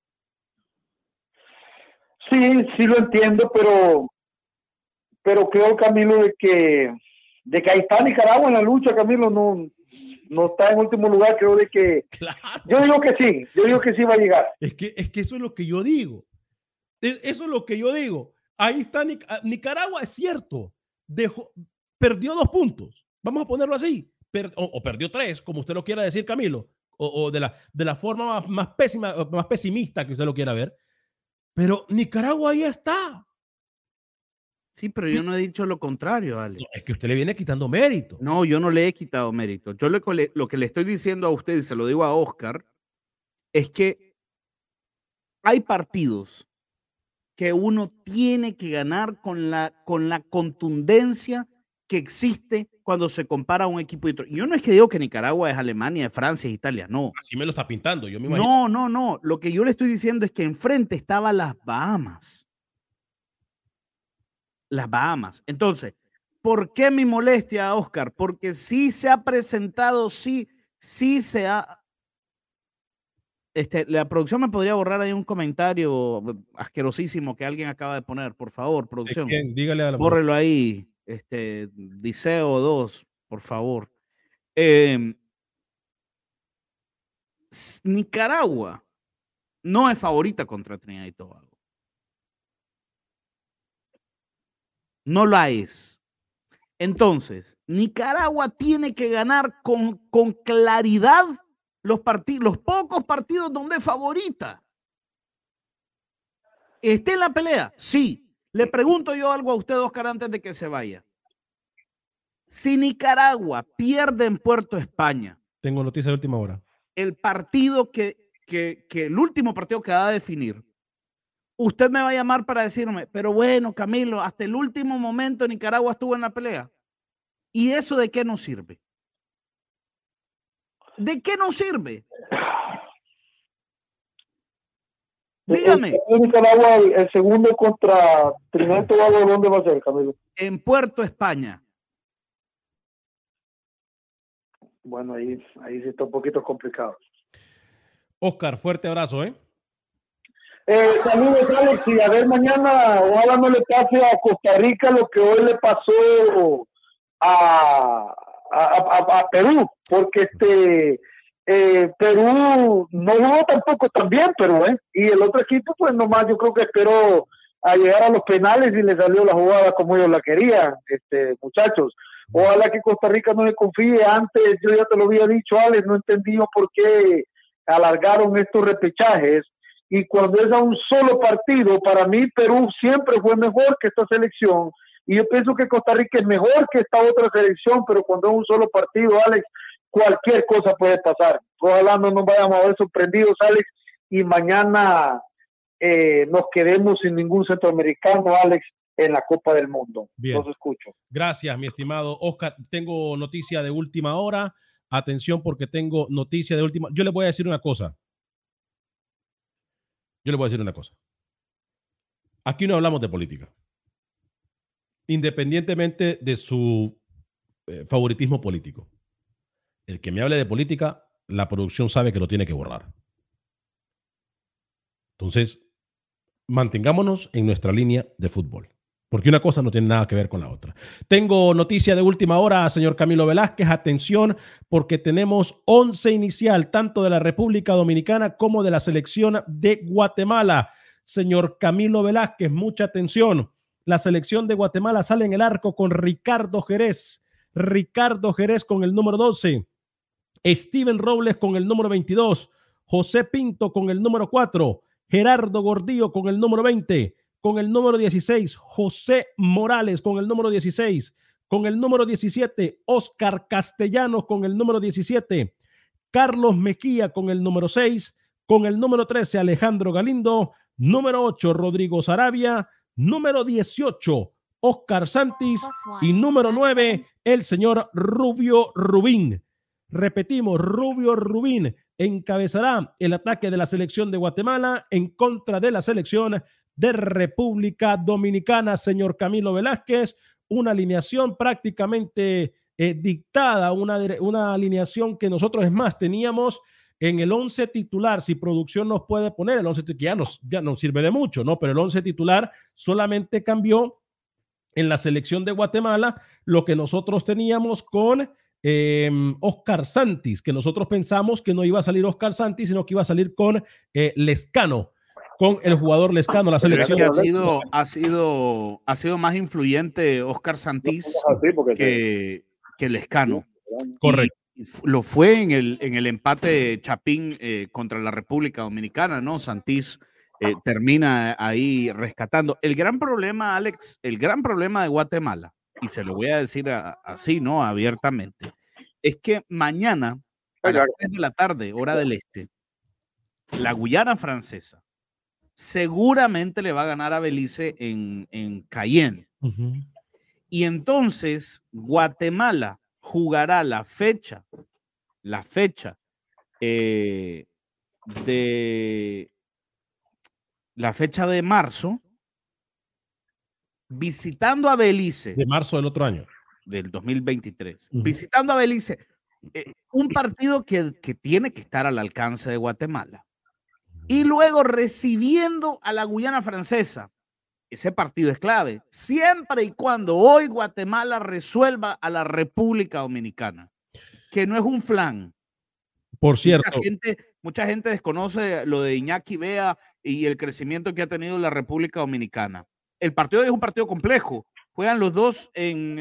Sí lo entiendo, pero creo, Camilo, de que ahí está Nicaragua en la lucha. Camilo no está en último lugar. Creo de que claro. Yo digo que sí va a llegar. Es que eso es lo que yo digo. Eso es lo que yo digo. Ahí está Nicaragua, es cierto. Perdió 2 puntos. Vamos a ponerlo así. O perdió 3, como usted lo quiera decir, Camilo. O de la forma más pésima, más pesimista que usted lo quiera ver. Pero Nicaragua ahí está. Sí, pero yo no he dicho lo contrario, Alex. No, es que usted le viene quitando mérito. No, yo no le he quitado mérito. Yo lo que le estoy diciendo a usted, y se lo digo a Oscar, es que hay partidos que uno tiene que ganar con la contundencia que existe cuando se compara a un equipo y otro. Yo no es que digo que Nicaragua es Alemania, es Francia, es Italia, no. Así me lo está pintando, yo me imagino. No. Lo que yo le estoy diciendo es que enfrente estaban las Bahamas. Las Bahamas. Entonces, ¿por qué mi molestia, Oscar? Porque sí se ha presentado, sí se ha... la producción me podría borrar ahí un comentario asquerosísimo que alguien acaba de poner, por favor, producción. Dígale a la bórrelo ahí, Diceo 2, por favor. Nicaragua no es favorita contra Trinidad y Tobago. No la es. Entonces, Nicaragua tiene que ganar con claridad los pocos partidos donde es favorita. ¿Está en la pelea? Sí. Le pregunto yo algo a usted, Oscar, antes de que se vaya. Si Nicaragua pierde en Puerto España. Tengo noticia de última hora. El partido el último partido que va a definir. Usted me va a llamar para decirme, pero bueno, Camilo, hasta el último momento Nicaragua estuvo en la pelea. ¿Y eso de qué nos sirve? ¿De qué nos sirve? Dígame. Nicaragua, el segundo contra Trinidad y Tobago, ¿dónde va a ser, Camilo? En Puerto España. Bueno, ahí sí está un poquito complicado. Oscar, fuerte abrazo, ¿eh? Saludos, Alex, y a ver mañana, ojalá no le pase a Costa Rica lo que hoy le pasó a Perú, porque Perú no jugó tampoco tan bien, pero y el otro equipo pues nomás yo creo que esperó a llegar a los penales y le salió la jugada como ellos la querían, muchachos. Ojalá que Costa Rica no le confíe. Antes yo ya te lo había dicho, Alex, no entendí por qué alargaron estos repechajes, y cuando es a un solo partido, para mí Perú siempre fue mejor que esta selección, y yo pienso que Costa Rica es mejor que esta otra selección, pero cuando es un solo partido, Alex, cualquier cosa puede pasar. Ojalá no nos vayamos a ver sorprendidos, Alex, y mañana nos quedemos sin ningún centroamericano, Alex, en la Copa del Mundo. Bien. Los escucho. Gracias, mi estimado Oscar. Tengo noticia de última hora. Atención, porque tengo noticia de última. Yo les voy a decir una cosa. Aquí no hablamos de política. Independientemente de su favoritismo político. El que me hable de política, la producción sabe que lo tiene que borrar. Entonces, mantengámonos en nuestra línea de fútbol, porque una cosa no tiene nada que ver con la otra. Tengo noticia de última hora, señor Camilo Velázquez. Atención, porque tenemos 11 inicial, tanto de la República Dominicana como de la selección de Guatemala. Señor Camilo Velázquez, mucha atención. La selección de Guatemala sale en el arco con Ricardo Jerez. Ricardo Jerez con el número 12. Steven Robles con el número 22. José Pinto con el número 4. Gerardo Gordillo con el número 20. Con el número 16, José Morales con el número 16. Con el número 17, Oscar Castellanos con el número 17. Carlos Mejía con el número 6. Con el número 13, Alejandro Galindo. Número 8, Rodrigo Sarabia. Número 18, Oscar Santis. Y número 9, el señor Rubio Rubín. Repetimos, Rubio Rubín encabezará el ataque de la selección de Guatemala en contra de la selección de República Dominicana. Señor Camilo Velázquez, una alineación prácticamente dictada, una alineación que nosotros, es más, teníamos en el 11 titular. Si producción nos puede poner el 11 que ya nos sirve de mucho, ¿no? Pero el 11 titular solamente cambió en la selección de Guatemala lo que nosotros teníamos con Oscar Santis, que nosotros pensamos que no iba a salir Oscar Santis, sino que iba a salir con Lescano, con el jugador Lescano. La selección ha sido más influyente Oscar Santis que Lescano. Correcto. Y lo fue en el empate Chapín contra la República Dominicana, ¿no? Santis termina ahí rescatando. El gran problema, Alex, el gran problema de Guatemala, y se lo voy a decir así, ¿no? Abiertamente, es que mañana a las 3 de la tarde, hora del este, la Guyana Francesa seguramente le va a ganar a Belice en Cayenne. Y entonces Guatemala jugará la fecha de marzo, visitando a Belice. De marzo del otro año. Del 2023. Visitando a Belice. Un partido que tiene que estar al alcance de Guatemala. Y luego recibiendo a la Guyana Francesa. Ese partido es clave. Siempre y cuando hoy Guatemala resuelva a la República Dominicana. Que no es un flan. Por cierto. Mucha gente desconoce lo de Iñaki Bea y el crecimiento que ha tenido la República Dominicana. El partido es un partido complejo. Juegan los dos en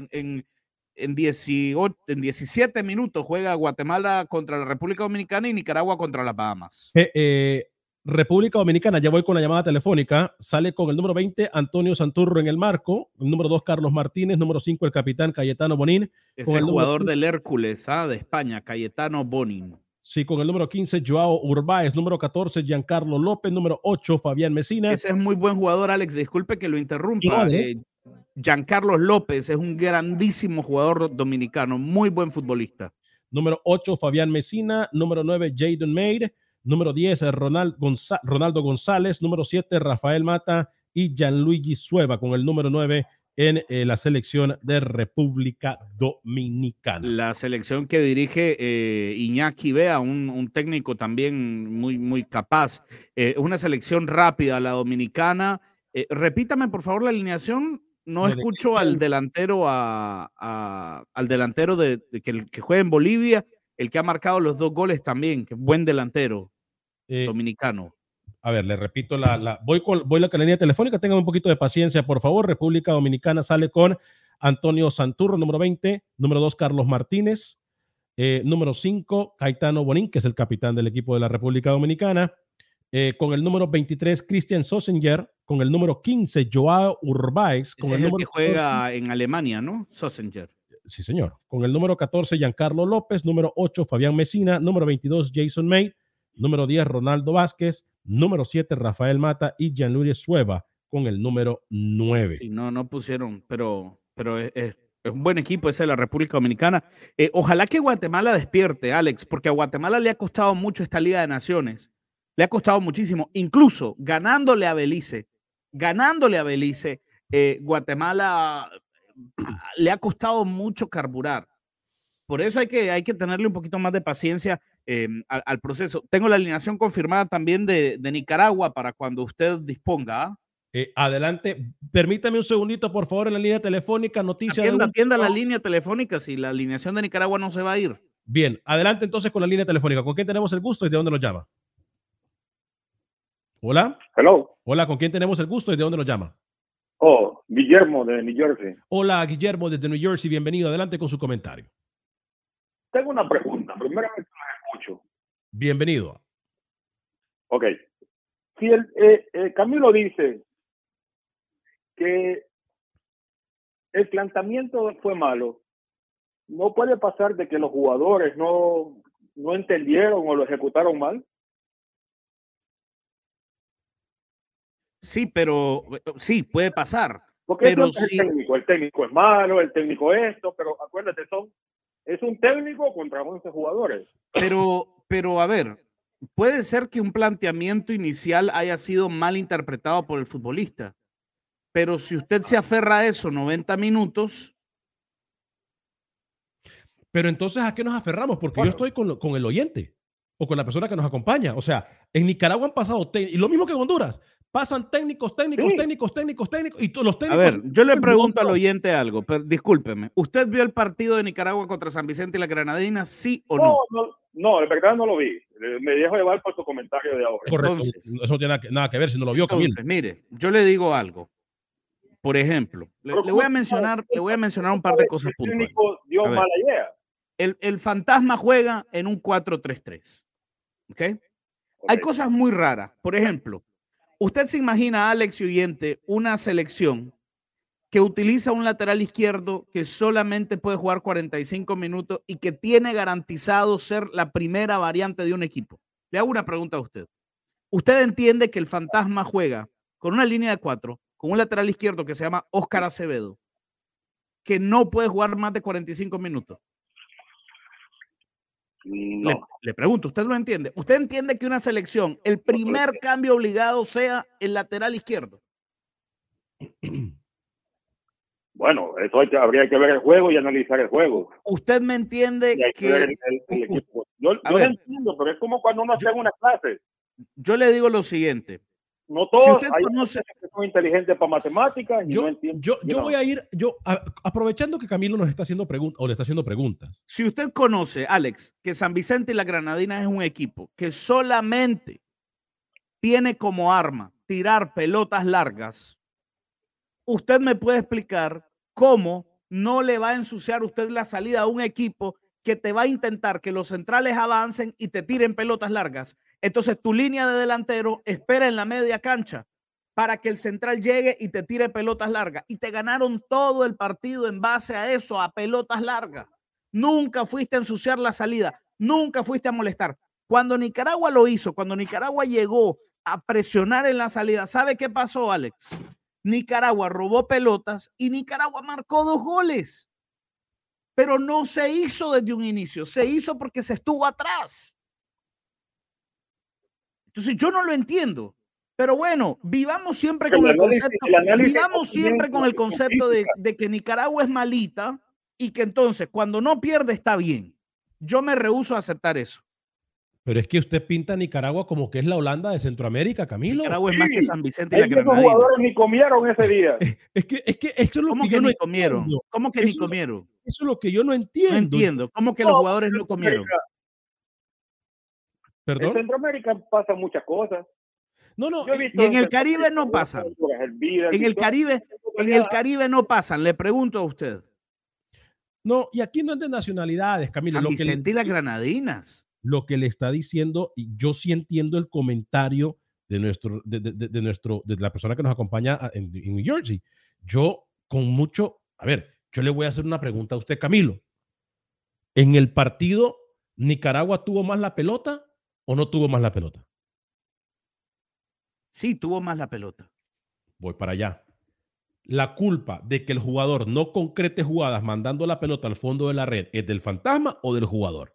17 minutos. Juega Guatemala contra la República Dominicana y Nicaragua contra las Bahamas. República Dominicana, ya voy con la llamada telefónica. Sale con el número 20, Antonio Santurro en el marco. El número 2, Carlos Martínez. Número 5, el capitán Cayetano Bonín. Es el jugador del Hércules, de España, Cayetano Bonín. Sí, con el número 15, Joao Urbáez. Número 14, Giancarlo López. Número 8, Fabián Mesina. Ese es muy buen jugador, Alex. Disculpe que lo interrumpa. Giancarlo López es un grandísimo jugador dominicano, muy buen futbolista. Número 8, Fabián Mesina. Número 9, Jadon Meir. Número 10, Ronaldo González. Número 7, Rafael Mata y Gianluigi Sueva con el número 9 en la selección de República Dominicana. La selección que dirige Iñaki Bea, un técnico también muy, muy capaz. Una selección rápida, la dominicana. Repítame, por favor, la alineación. No escucho al delantero al delantero que juega en Bolivia, el que ha marcado los 2 goles también, que es buen delantero dominicano. A ver, le repito, voy con la línea telefónica, tengan un poquito de paciencia, por favor. República Dominicana sale con Antonio Santurro, número 20, número 2, Carlos Martínez, número 5, Cayetano Bonín, que es el capitán del equipo de la República Dominicana, con el número 23, Christian Sossinger, con el número 15, Joao Urbáez. Ese es el que juega en Alemania, ¿no? Sossinger. Sí, señor. Con el número 14, Giancarlo López. Número 8, Fabián Mesina. Número 22, Jason May. Número 10, Ronaldo Vázquez. Número 7, Rafael Mata. Y Gianluigi Sueva con el número 9. Sí, no pusieron, pero es un buen equipo ese de la República Dominicana. Ojalá que Guatemala despierte, Alex, porque a Guatemala le ha costado mucho esta Liga de Naciones. Le ha costado muchísimo. Incluso ganándole a Belice, Guatemala le ha costado mucho carburar. Por eso hay que tenerle un poquito más de paciencia al proceso. Tengo la alineación confirmada también de Nicaragua para cuando usted disponga. Adelante, permítame un segundito, por favor, en la línea telefónica. Noticia atienda la línea telefónica si la alineación de Nicaragua no se va a ir. Bien, adelante entonces con la línea telefónica. ¿Con quién tenemos el gusto y de dónde nos llama? Hola. Hello. Hola, ¿con quién tenemos el gusto y de dónde nos llama? Oh, Guillermo de New Jersey. Hola, Guillermo desde New Jersey. Bienvenido. Adelante con su comentario. Tengo una pregunta. Primera vez que los escucho. Bienvenido. Ok. Si Camilo dice que el planteamiento fue malo, ¿no puede pasar de que los jugadores no entendieron o lo ejecutaron mal? Sí, pero sí, puede pasar. Porque pero eso es el técnico es malo, el técnico esto, pero acuérdate, es un técnico contra 11 jugadores. Pero a ver, puede ser que un planteamiento inicial haya sido mal interpretado por el futbolista, pero si usted se aferra a eso 90 minutos... Pero entonces, ¿a qué nos aferramos? Porque yo estoy con el oyente o con la persona que nos acompaña. O sea, en Nicaragua han pasado, y lo mismo que en Honduras, pasan técnicos, y todos los técnicos... A ver, yo le pregunto al oyente algo, pero discúlpeme. ¿Usted vio el partido de Nicaragua contra San Vicente y la Granadina, sí o no? No, de verdad no lo vi. Me dejo llevar por tu comentario de ahora. Correcto. Entonces, eso no tiene nada que ver si no lo vio. Entonces, Camilo. Mire, yo le digo algo. Por ejemplo, le voy a mencionar un par de cosas puntuales. Dio mala idea. El Fantasma juega en un 4-3-3. ¿Okay? Hay cosas muy raras. Por ejemplo, usted se imagina, Alex y oyente, una selección que utiliza un lateral izquierdo que solamente puede jugar 45 minutos y que tiene garantizado ser la primera variante de un equipo. Le hago una pregunta a usted. ¿Usted entiende que el Fantasma juega con una línea de 4, con un lateral izquierdo que se llama Óscar Acevedo, que no puede jugar más de 45 minutos? No. Le pregunto, ¿usted lo entiende? ¿Usted entiende que una selección, el primer cambio obligado sea el lateral izquierdo? Bueno, eso habría que ver el juego y analizar el juego. ¿Usted me entiende Y hay que ver el equipo. Yo lo entiendo, pero es como cuando uno hace una clase. Yo le digo lo siguiente. No todos, usted hay conoce, que son inteligentes para matemáticas y no entiendo. Yo voy a ir, aprovechando que Camilo nos está haciendo preguntas, o le está haciendo preguntas. Si usted conoce, Alex, que San Vicente y la Granadina es un equipo que solamente tiene como arma tirar pelotas largas, usted me puede explicar cómo no le va a ensuciar usted la salida a un equipo que te va a intentar que los centrales avancen y te tiren pelotas largas. Entonces tu línea de delantero espera en la media cancha para que el central llegue y te tire pelotas largas. Y te ganaron todo el partido en base a eso, a pelotas largas. Nunca fuiste a ensuciar la salida, nunca fuiste a molestar. Cuando Nicaragua lo hizo, cuando Nicaragua llegó a presionar en la salida, ¿sabe qué pasó, Alex? Nicaragua robó pelotas y Nicaragua marcó 2 goles. Pero no se hizo desde un inicio, se hizo porque se estuvo atrás. Entonces yo no lo entiendo. Pero bueno, vivamos siempre con el concepto de que Nicaragua es malita y que entonces cuando no pierde está bien. Yo me rehúso a aceptar eso. Pero es que usted pinta a Nicaragua como que es la Holanda de Centroamérica, Camilo. Nicaragua es más que San Vicente y la Granadina. Granadina. Los jugadores ni comieron ese día. Es que eso es lo que yo no entiendo. ¿Cómo que ni comieron? Eso es lo que yo no entiendo. No entiendo. ¿Cómo que los jugadores no comieron? ¿Perdón? En Centroamérica pasan muchas cosas. No. Y en el Caribe no pasan. En el Caribe no pasan. Le pregunto a usted. No, y aquí no es de nacionalidades, Camilo. San Vicente y las Granadinas. Lo que le está diciendo, y yo sí entiendo el comentario de la persona que nos acompaña en New Jersey. Yo yo le voy a hacer una pregunta a usted, Camilo. ¿En el partido Nicaragua tuvo más la pelota o no tuvo más la pelota? Sí, tuvo más la pelota. Voy para allá. ¿La culpa de que el jugador no concrete jugadas mandando la pelota al fondo de la red es del fantasma o del jugador?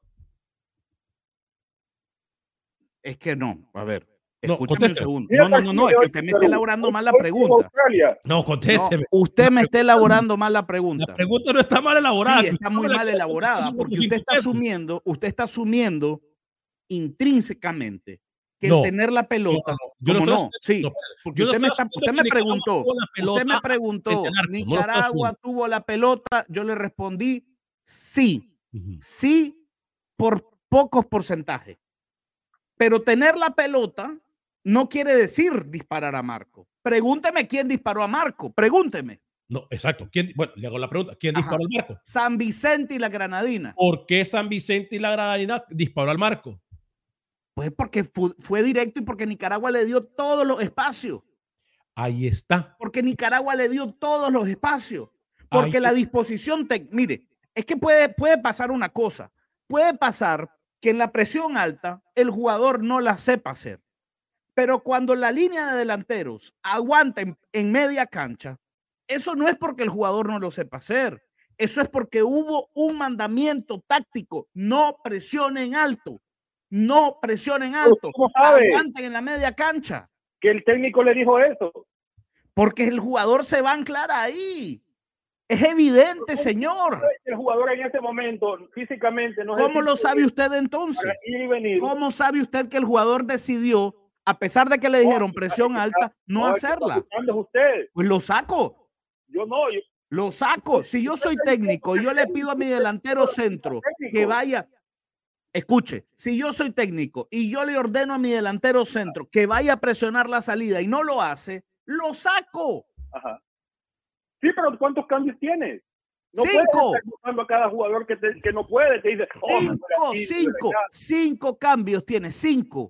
Es que no. A ver. No, escúchame un segundo. No, es que usted me está elaborando mal la pregunta. No, contésteme. No, usted me está elaborando mal la pregunta. La pregunta no está mal elaborada. Sí, está muy mal elaborada, porque usted está asumiendo intrínsecamente que el tener la pelota, porque usted me preguntó, Nicaragua tuvo la pelota, yo le respondí sí, sí, por pocos porcentajes. Pero tener la pelota no quiere decir disparar a Marco. Pregúnteme quién disparó a Marco. Pregúnteme. No, exacto. Le hago la pregunta. ¿Quién disparó al Marco? San Vicente y la Granadina. ¿Por qué San Vicente y la Granadina disparó al Marco? Pues porque fue directo y porque Nicaragua le dio todos los espacios. Ahí está. Porque Nicaragua le dio todos los espacios. Porque la disposición, mire, es que puede pasar una cosa. Puede pasar que en la presión alta el jugador no la sepa hacer. Pero cuando la línea de delanteros aguanta en media cancha, eso no es porque el jugador no lo sepa hacer. Eso es porque hubo un mandamiento táctico. No presionen alto. No presionen alto. Aguanten en la media cancha. Que el técnico le dijo eso. Porque el jugador se va a anclar ahí. Es evidente, señor. El jugador en ese momento físicamente no. ¿Cómo lo sabe usted entonces? ¿Cómo sabe usted que el jugador decidió, a pesar de que le dijeron presión alta, no hacerla? Pues lo saco. Yo no. Lo saco. Si yo soy técnico, yo le pido a mi delantero centro que vaya. Escuche, si yo soy técnico y yo le ordeno a mi delantero centro que vaya a presionar la salida y no lo hace, lo saco. Ajá. Sí, pero ¿cuántos cambios tienes? No 5. puedes estar buscando a cada jugador que no puede. Te dice, 5 cambios tiene, 5.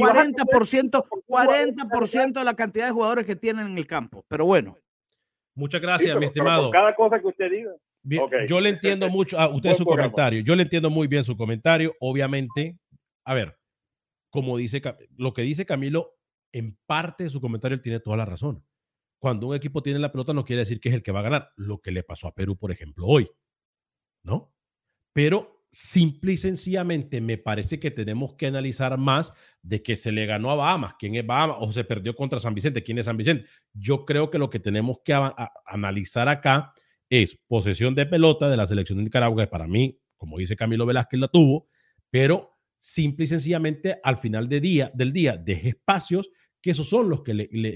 40% de la cantidad de jugadores que tienen en el campo. Pero bueno. Muchas gracias, mi estimado. Cada cosa que usted diga. Bien, yo le entiendo mucho a usted su comentario. Yo le entiendo muy bien su comentario. Obviamente, a ver, como dice lo que dice Camilo, en parte de su comentario él tiene toda la razón. cuando un equipo tiene la pelota no quiere decir que es el que va a ganar. Lo que le pasó a Perú, por ejemplo, hoy, ¿no? Pero simple y sencillamente me parece que tenemos que analizar más de que se le ganó a Bahamas, quién es Bahamas, o se perdió contra San Vicente, quién es San Vicente. Yo creo que lo que tenemos que analizar acá es posesión de pelota de la selección de Nicaragua, que para mí, como dice Camilo Velázquez, la tuvo, pero simple y sencillamente al final del día deje espacios, que esos son los que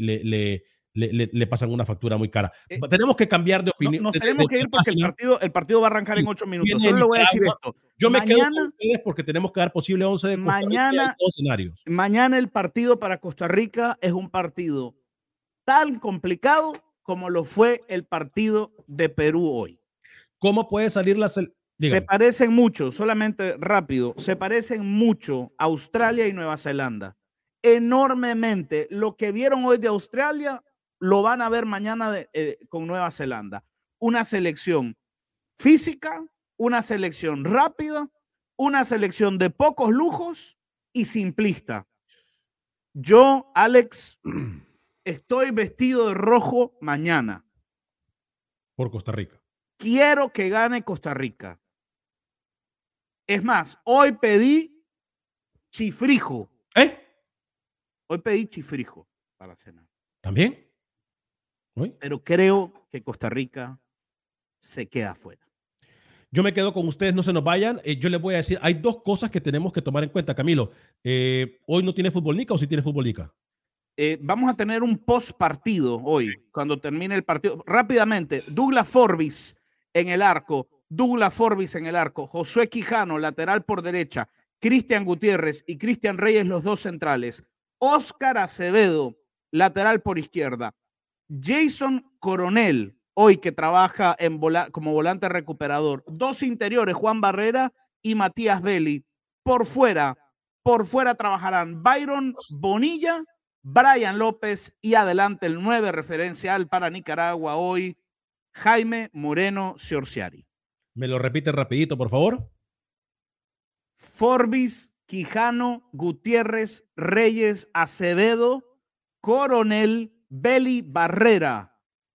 le pasan una factura muy cara. Tenemos que cambiar de opinión. Nos tenemos que ir porque el partido va a arrancar en 8 minutos. Solo le voy a decir esto. Yo me quedo con ustedes porque tenemos que dar posible 11 de Costa Rica en todos escenarios. Mañana el partido para Costa Rica es un partido tan complicado como lo fue el partido de Perú hoy. ¿Cómo puede salir la selección? Se parecen mucho, solamente rápido, se parecen mucho Australia y Nueva Zelanda. Enormemente. Lo que vieron hoy de Australia lo van a ver mañana con Nueva Zelanda. Una selección física, una selección rápida, una selección de pocos lujos y simplista. Yo, Alex, estoy vestido de rojo mañana. Por Costa Rica. Quiero que gane Costa Rica. Es más, hoy pedí chifrijo. Hoy pedí chifrijo para cenar. ¿También? ¿Hoy? Pero creo que Costa Rica se queda afuera. Yo me quedo con ustedes, no se nos vayan. Yo les voy a decir, hay dos cosas que tenemos que tomar en cuenta, Camilo. ¿Hoy no tiene Fútbol Nica o sí tiene Fútbol Nica? Vamos a tener un post partido hoy, cuando termine el partido. Rápidamente, Douglas Forbis en el arco, Josué Quijano, lateral por derecha, Cristian Gutiérrez y Cristian Reyes, los dos centrales, Óscar Acevedo, lateral por izquierda, Jason Coronel, hoy que trabaja como volante recuperador, dos interiores, Juan Barrera y Matías Belli. Por fuera trabajarán Byron Bonilla, Brian López y adelante el 9 referencial para Nicaragua hoy, Jaime Moreno Ciorciari. ¿Me lo repite rapidito, por favor? Forbis, Quijano, Gutiérrez, Reyes, Acevedo, Coronel, Belli, Barrera,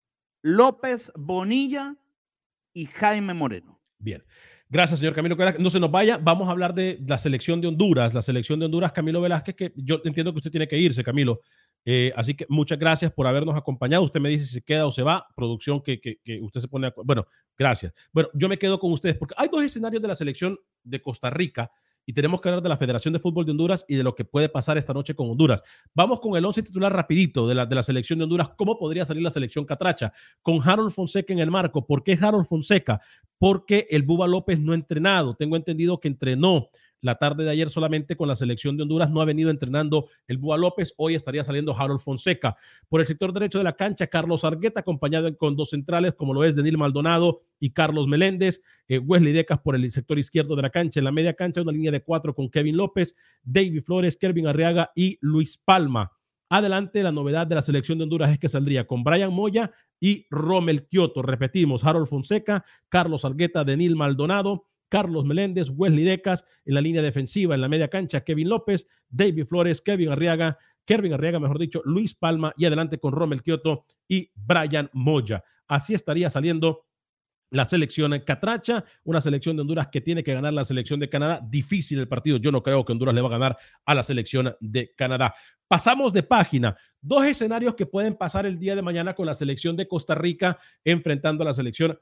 López, Bonilla y Jaime Moreno. Bien. Gracias, señor Camilo Velázquez. No se nos vaya. Vamos a hablar de la selección de Honduras. La selección de Honduras, Camilo Velázquez, que yo entiendo que usted tiene que irse, Camilo. Así que muchas gracias por habernos acompañado. Usted me dice si se queda o se va. Producción que usted se pone... Bueno, gracias. Bueno, yo me quedo con ustedes porque hay dos escenarios de la selección de Costa Rica y tenemos que hablar de la Federación de Fútbol de Honduras y de lo que puede pasar esta noche con Honduras. Vamos con el 11 titular rapidito de la selección de Honduras. ¿Cómo podría salir la selección catracha? Con Harold Fonseca en el marco. ¿Por qué Harold Fonseca? Porque el Bubba López no ha entrenado. Tengo entendido que entrenó la tarde de ayer solamente con la selección de Honduras. No ha venido entrenando el Búa López. Hoy estaría saliendo Harold Fonseca. Por el sector derecho de la cancha, Carlos Argueta, acompañado con dos centrales, como lo es Denil Maldonado y Carlos Meléndez. Wesley Decas por el sector izquierdo de la cancha. En la media cancha, una línea de 4 con Kevin López, David Flores, Kelvin Arriaga y Luis Palma. Adelante, la novedad de la selección de Honduras es que saldría con Brian Moya y Rommel Kioto. Repetimos, Harold Fonseca, Carlos Argueta, Denil Maldonado, Carlos Meléndez, Wesley Decas, en la línea defensiva, en la media cancha, Kevin López, David Flores, Kervin Arriaga, mejor dicho, Luis Palma, y adelante con Rommel Kioto y Brian Moya. Así estaría saliendo la selección catracha, una selección de Honduras que tiene que ganar la selección de Canadá. Difícil el partido. Yo no creo que Honduras le va a ganar a la selección de Canadá. Pasamos de página. Dos escenarios que pueden pasar el día de mañana con la selección de Costa Rica enfrentando a la selección,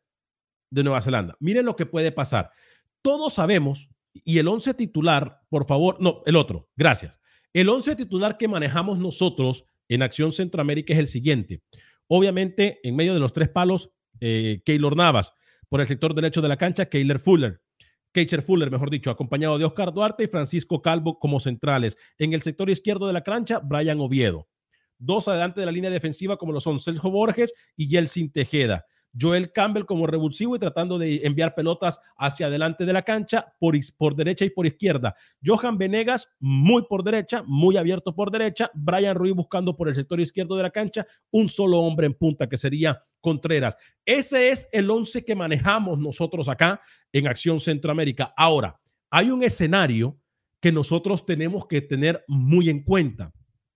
de Nueva Zelanda. Miren lo que puede pasar. Todos sabemos, y el 11 titular, por favor, no, el otro, gracias. El 11 titular que manejamos nosotros en Acción Centroamérica es el siguiente. Obviamente, en medio de los tres palos, Keylor Navas. Por el sector derecho de la cancha, Keylor Fuller, mejor dicho, acompañado de Oscar Duarte y Francisco Calvo como centrales. En el sector izquierdo de la cancha, Brian Oviedo. Dos adelante de la línea defensiva, como lo son Celso Borges y Yeltsin Tejeda. Joel Campbell como revulsivo y tratando de enviar pelotas hacia adelante de la cancha por derecha y por izquierda. Johan Venegas muy por derecha, muy abierto por derecha. Brian Ruiz buscando por el sector izquierdo de la cancha. Un solo hombre en punta que sería Contreras. Ese es el 11 que manejamos nosotros acá en Acción Centroamérica. Ahora, hay un escenario que nosotros tenemos que tener muy en cuenta.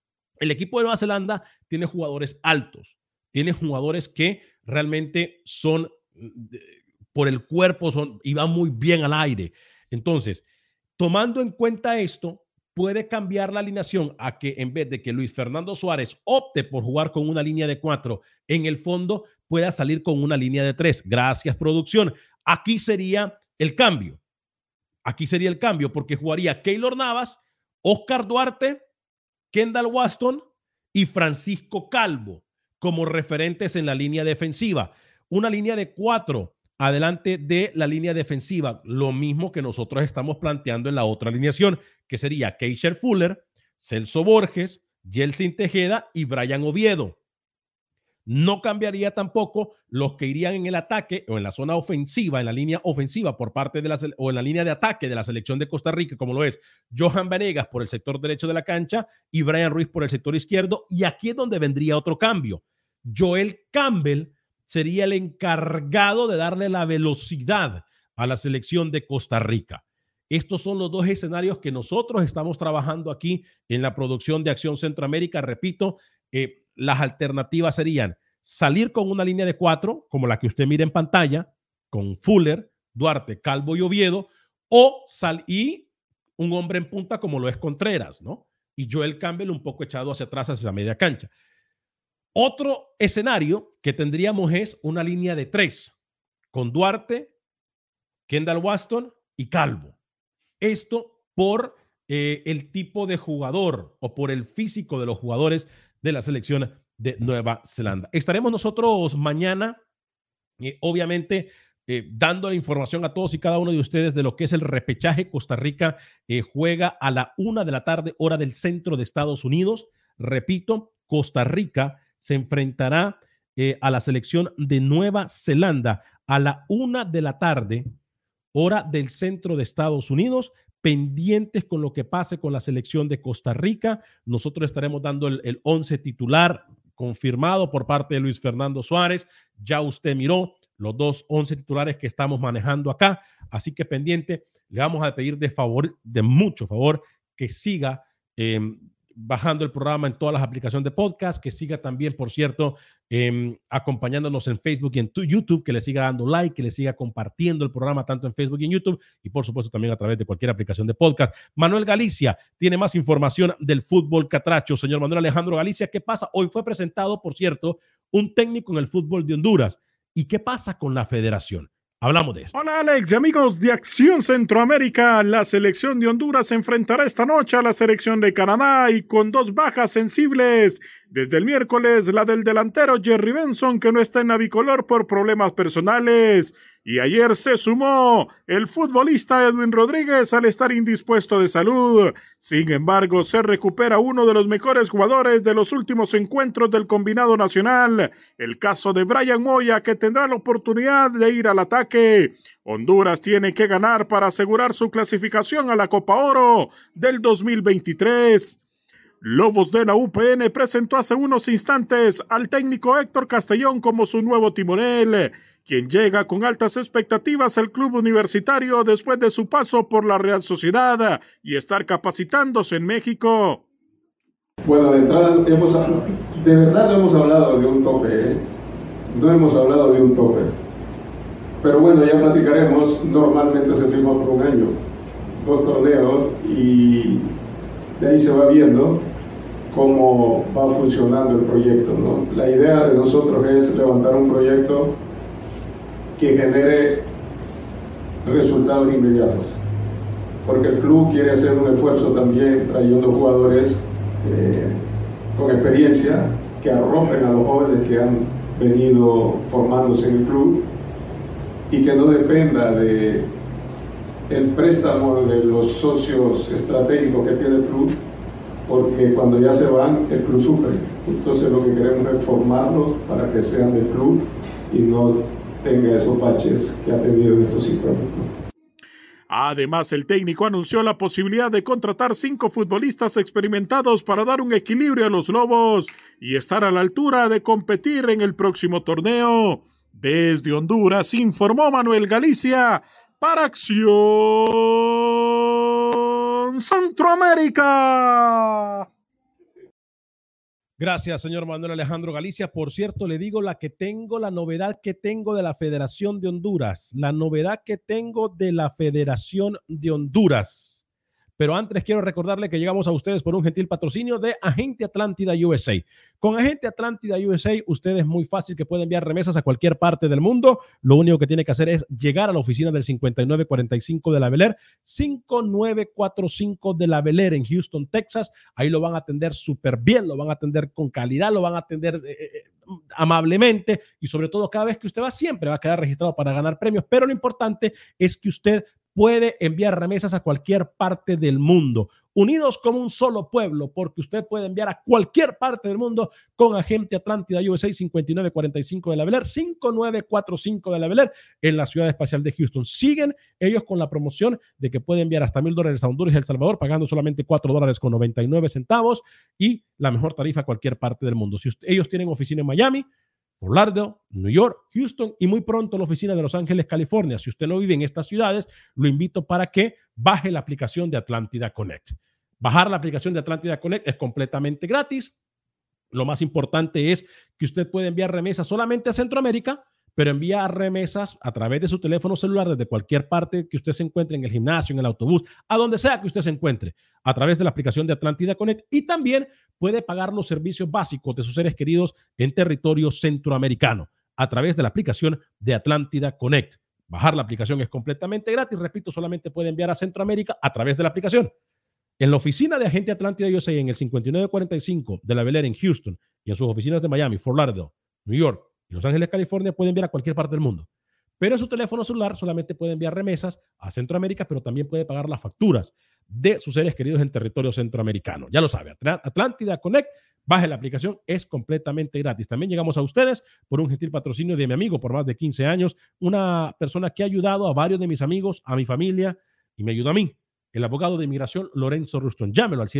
El equipo de Nueva Zelanda tiene jugadores altos, tiene jugadores que realmente son por el cuerpo y van muy bien al aire. Entonces, tomando en cuenta esto, puede cambiar la alineación a que en vez de que Luis Fernando Suárez opte por jugar con una línea de 4, en el fondo pueda salir con una línea de 3. Gracias, producción. Aquí sería el cambio. Aquí sería el cambio porque jugaría Keylor Navas, Oscar Duarte, Kendall Waston y Francisco Calvo como referentes en la línea defensiva. Una línea de 4 adelante de la línea defensiva, lo mismo que nosotros estamos planteando en la otra alineación, que sería Keisher Fuller, Celso Borges, Yeltsin Tejeda y Brian Oviedo. No cambiaría tampoco los que irían en el ataque o en la zona ofensiva, en la línea ofensiva por parte de o en la línea de ataque de la selección de Costa Rica, como lo es Johan Venegas por el sector derecho de la cancha y Brian Ruiz por el sector izquierdo. Y aquí es donde vendría otro cambio. Joel Campbell sería el encargado de darle la velocidad a la selección de Costa Rica. Estos son los dos escenarios que nosotros estamos trabajando aquí en la producción de Acción Centroamérica. Repito, las alternativas serían salir con una línea de 4, como la que usted mira en pantalla, con Fuller, Duarte, Calvo y Oviedo, y un hombre en punta como lo es Contreras, ¿no? Y Joel Campbell un poco echado hacia atrás, hacia la media cancha. Otro escenario que tendríamos es una línea de 3, con Duarte, Kendall Waston y Calvo. Esto por el tipo de jugador o por el físico de los jugadores de la selección de Nueva Zelanda. Estaremos nosotros mañana, obviamente, dando la información a todos y cada uno de ustedes de lo que es el repechaje. Costa Rica juega a la 1 de la tarde, hora del centro de Estados Unidos. Repito, Costa Rica se enfrentará a la selección de Nueva Zelanda a la 1 de la tarde, hora del centro de Estados Unidos. Pendientes con lo que pase con la selección de Costa Rica. Nosotros estaremos dando el 11 titular confirmado por parte de Luis Fernando Suárez. Ya usted miró los dos 11 titulares que estamos manejando acá. Así que pendiente, le vamos a pedir de mucho favor, que siga bajando el programa en todas las aplicaciones de podcast, que siga también, por cierto, acompañándonos en Facebook y en YouTube, que le siga dando like, que le siga compartiendo el programa tanto en Facebook y en YouTube, y por supuesto también a través de cualquier aplicación de podcast. Manuel Galicia tiene más información del fútbol catracho. Señor Manuel Alejandro Galicia, ¿qué pasa? Hoy fue presentado, por cierto, un técnico en el fútbol de Honduras. ¿Y qué pasa con la federación? Hablamos de esto. Hola Alex y amigos de Acción Centroamérica. La selección de Honduras se enfrentará esta noche a la selección de Canadá y con 2 bajas sensibles. Desde el miércoles, la del delantero Jerry Benson, que no está en Navicolor por problemas personales. Y ayer se sumó el futbolista Edwin Rodríguez al estar indispuesto de salud. Sin embargo, se recupera uno de los mejores jugadores de los últimos encuentros del combinado nacional. El caso de Brian Moya, que tendrá la oportunidad de ir al ataque. Honduras tiene que ganar para asegurar su clasificación a la Copa Oro del 2023. Lobos de la UPN presentó hace unos instantes al técnico Héctor Castellón como su nuevo timonel, quien llega con altas expectativas al club universitario después de su paso por la Real Sociedad y estar capacitándose en México. Bueno, de entrada, de verdad no hemos hablado de un tope, no hemos hablado de un tope. Pero bueno, ya platicaremos. Normalmente se firma por 1 año, 2 torneos, y de ahí se va viendo cómo va funcionando el proyecto, ¿no? La idea de nosotros es levantar un proyecto que genere resultados inmediatos, porque el club quiere hacer un esfuerzo también trayendo jugadores con experiencia que arropen a los jóvenes que han venido formándose en el club y que no dependa de el préstamo de los socios estratégicos que tiene el club, porque cuando ya se van, el club sufre. Entonces lo que queremos es formarlos para que sean del club y no tenga esos baches que ha tenido en estos 5 años. Además, el técnico anunció la posibilidad de contratar 5 futbolistas experimentados para dar un equilibrio a los Lobos y estar a la altura de competir en el próximo torneo. Desde Honduras informó Manuel Galicia para Acción Centroamérica. Gracias, señor Manuel Alejandro Galicia. Por cierto, le digo la novedad que tengo de la Federación de Honduras. La novedad que tengo de la Federación de Honduras. Pero antes quiero recordarle que llegamos a ustedes por un gentil patrocinio de Agente Atlántida USA. Con Agente Atlántida USA, usted es muy fácil que puede enviar remesas a cualquier parte del mundo. Lo único que tiene que hacer es llegar a la oficina del 5945 de la Bel Air, 5945 de la Bel Air en Houston, Texas. Ahí lo van a atender súper bien, lo van a atender con calidad, lo van a atender amablemente y sobre todo cada vez que usted va siempre va a quedar registrado para ganar premios. Pero lo importante es que usted puede enviar remesas a cualquier parte del mundo, unidos como un solo pueblo, porque usted puede enviar a cualquier parte del mundo con Agente Atlántida USA 5945 de la Bel Air, 5945 de la Bel Air en la Ciudad Espacial de Houston. Siguen ellos con la promoción de que puede enviar hasta $1,000 a Honduras y El Salvador pagando solamente $4.99 y la mejor tarifa a cualquier parte del mundo. Si ellos tienen oficina en Miami, Fort Lauderdale, New York, Houston y muy pronto la oficina de Los Ángeles, California. Si usted no vive en estas ciudades, lo invito para que baje la aplicación de Atlántida Connect. Bajar la aplicación de Atlántida Connect es completamente gratis. Lo más importante es que usted puede enviar remesas solamente a Centroamérica, pero envía remesas a través de su teléfono celular desde cualquier parte que usted se encuentre, en el gimnasio, en el autobús, a donde sea que usted se encuentre, a través de la aplicación de Atlántida Connect, y también puede pagar los servicios básicos de sus seres queridos en territorio centroamericano a través de la aplicación de Atlántida Connect. Bajar la aplicación es completamente gratis. Repito, solamente puede enviar a Centroamérica a través de la aplicación. En la oficina de Agente Atlántida USA en el 5945 de la Bel Air en Houston y en sus oficinas de Miami, Fort Lauderdale, New York y Los Ángeles, California, puede enviar a cualquier parte del mundo. Pero en su teléfono celular solamente puede enviar remesas a Centroamérica, pero también puede pagar las facturas de sus seres queridos en territorio centroamericano. Ya lo sabe, Atlántida Connect, baje la aplicación, es completamente gratis. También llegamos a ustedes por un gentil patrocinio de mi amigo por más de 15 años, una persona que ha ayudado a varios de mis amigos, a mi familia y me ayudó a mí. El abogado de inmigración Lorenzo Ruston. Llámelo al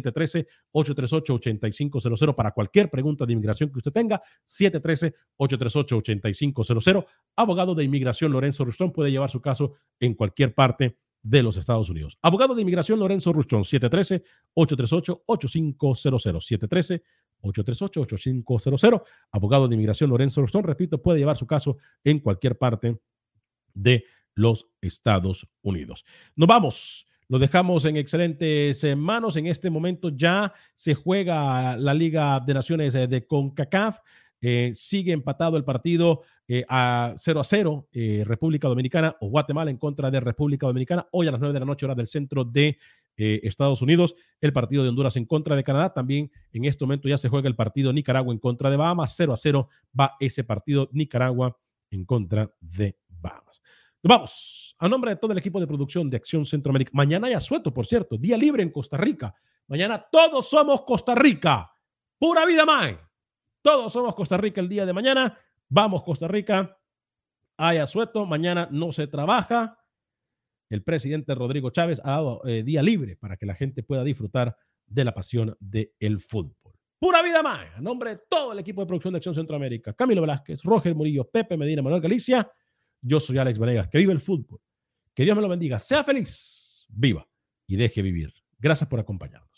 713-838-8500 para cualquier pregunta de inmigración que usted tenga. 713-838-8500. Abogado de inmigración Lorenzo Ruston puede llevar su caso en cualquier parte de los Estados Unidos. Abogado de inmigración Lorenzo Ruston. 713-838-8500. 713-838-8500. Abogado de inmigración Lorenzo Ruston, repito, puede llevar su caso en cualquier parte de los Estados Unidos. Nos vamos. Lo dejamos en excelentes manos. En este momento ya se juega la Liga de Naciones de CONCACAF. Sigue empatado el partido a 0-0. República Dominicana o Guatemala en contra de República Dominicana. Hoy a las 9 de la noche, hora del centro de Estados Unidos. El partido de Honduras en contra de Canadá. También en este momento ya se juega el partido Nicaragua en contra de Bahamas. 0-0 va ese partido Nicaragua en contra de Bahamas. Nos vamos. A nombre de todo el equipo de producción de Acción Centroamérica. Mañana hay asueto, por cierto. Día libre en Costa Rica. Mañana todos somos Costa Rica. Pura vida, mae. Todos somos Costa Rica el día de mañana. Vamos, Costa Rica. Hay asueto. Mañana no se trabaja. El presidente Rodrigo Chávez ha dado día libre para que la gente pueda disfrutar de la pasión del fútbol. Pura vida, mae. A nombre de todo el equipo de producción de Acción Centroamérica. Camilo Velázquez, Roger Murillo, Pepe Medina, Manuel Galicia. Yo soy Alex Vanegas. Que viva el fútbol. Que Dios me lo bendiga. Sea feliz, viva y deje vivir. Gracias por acompañarnos.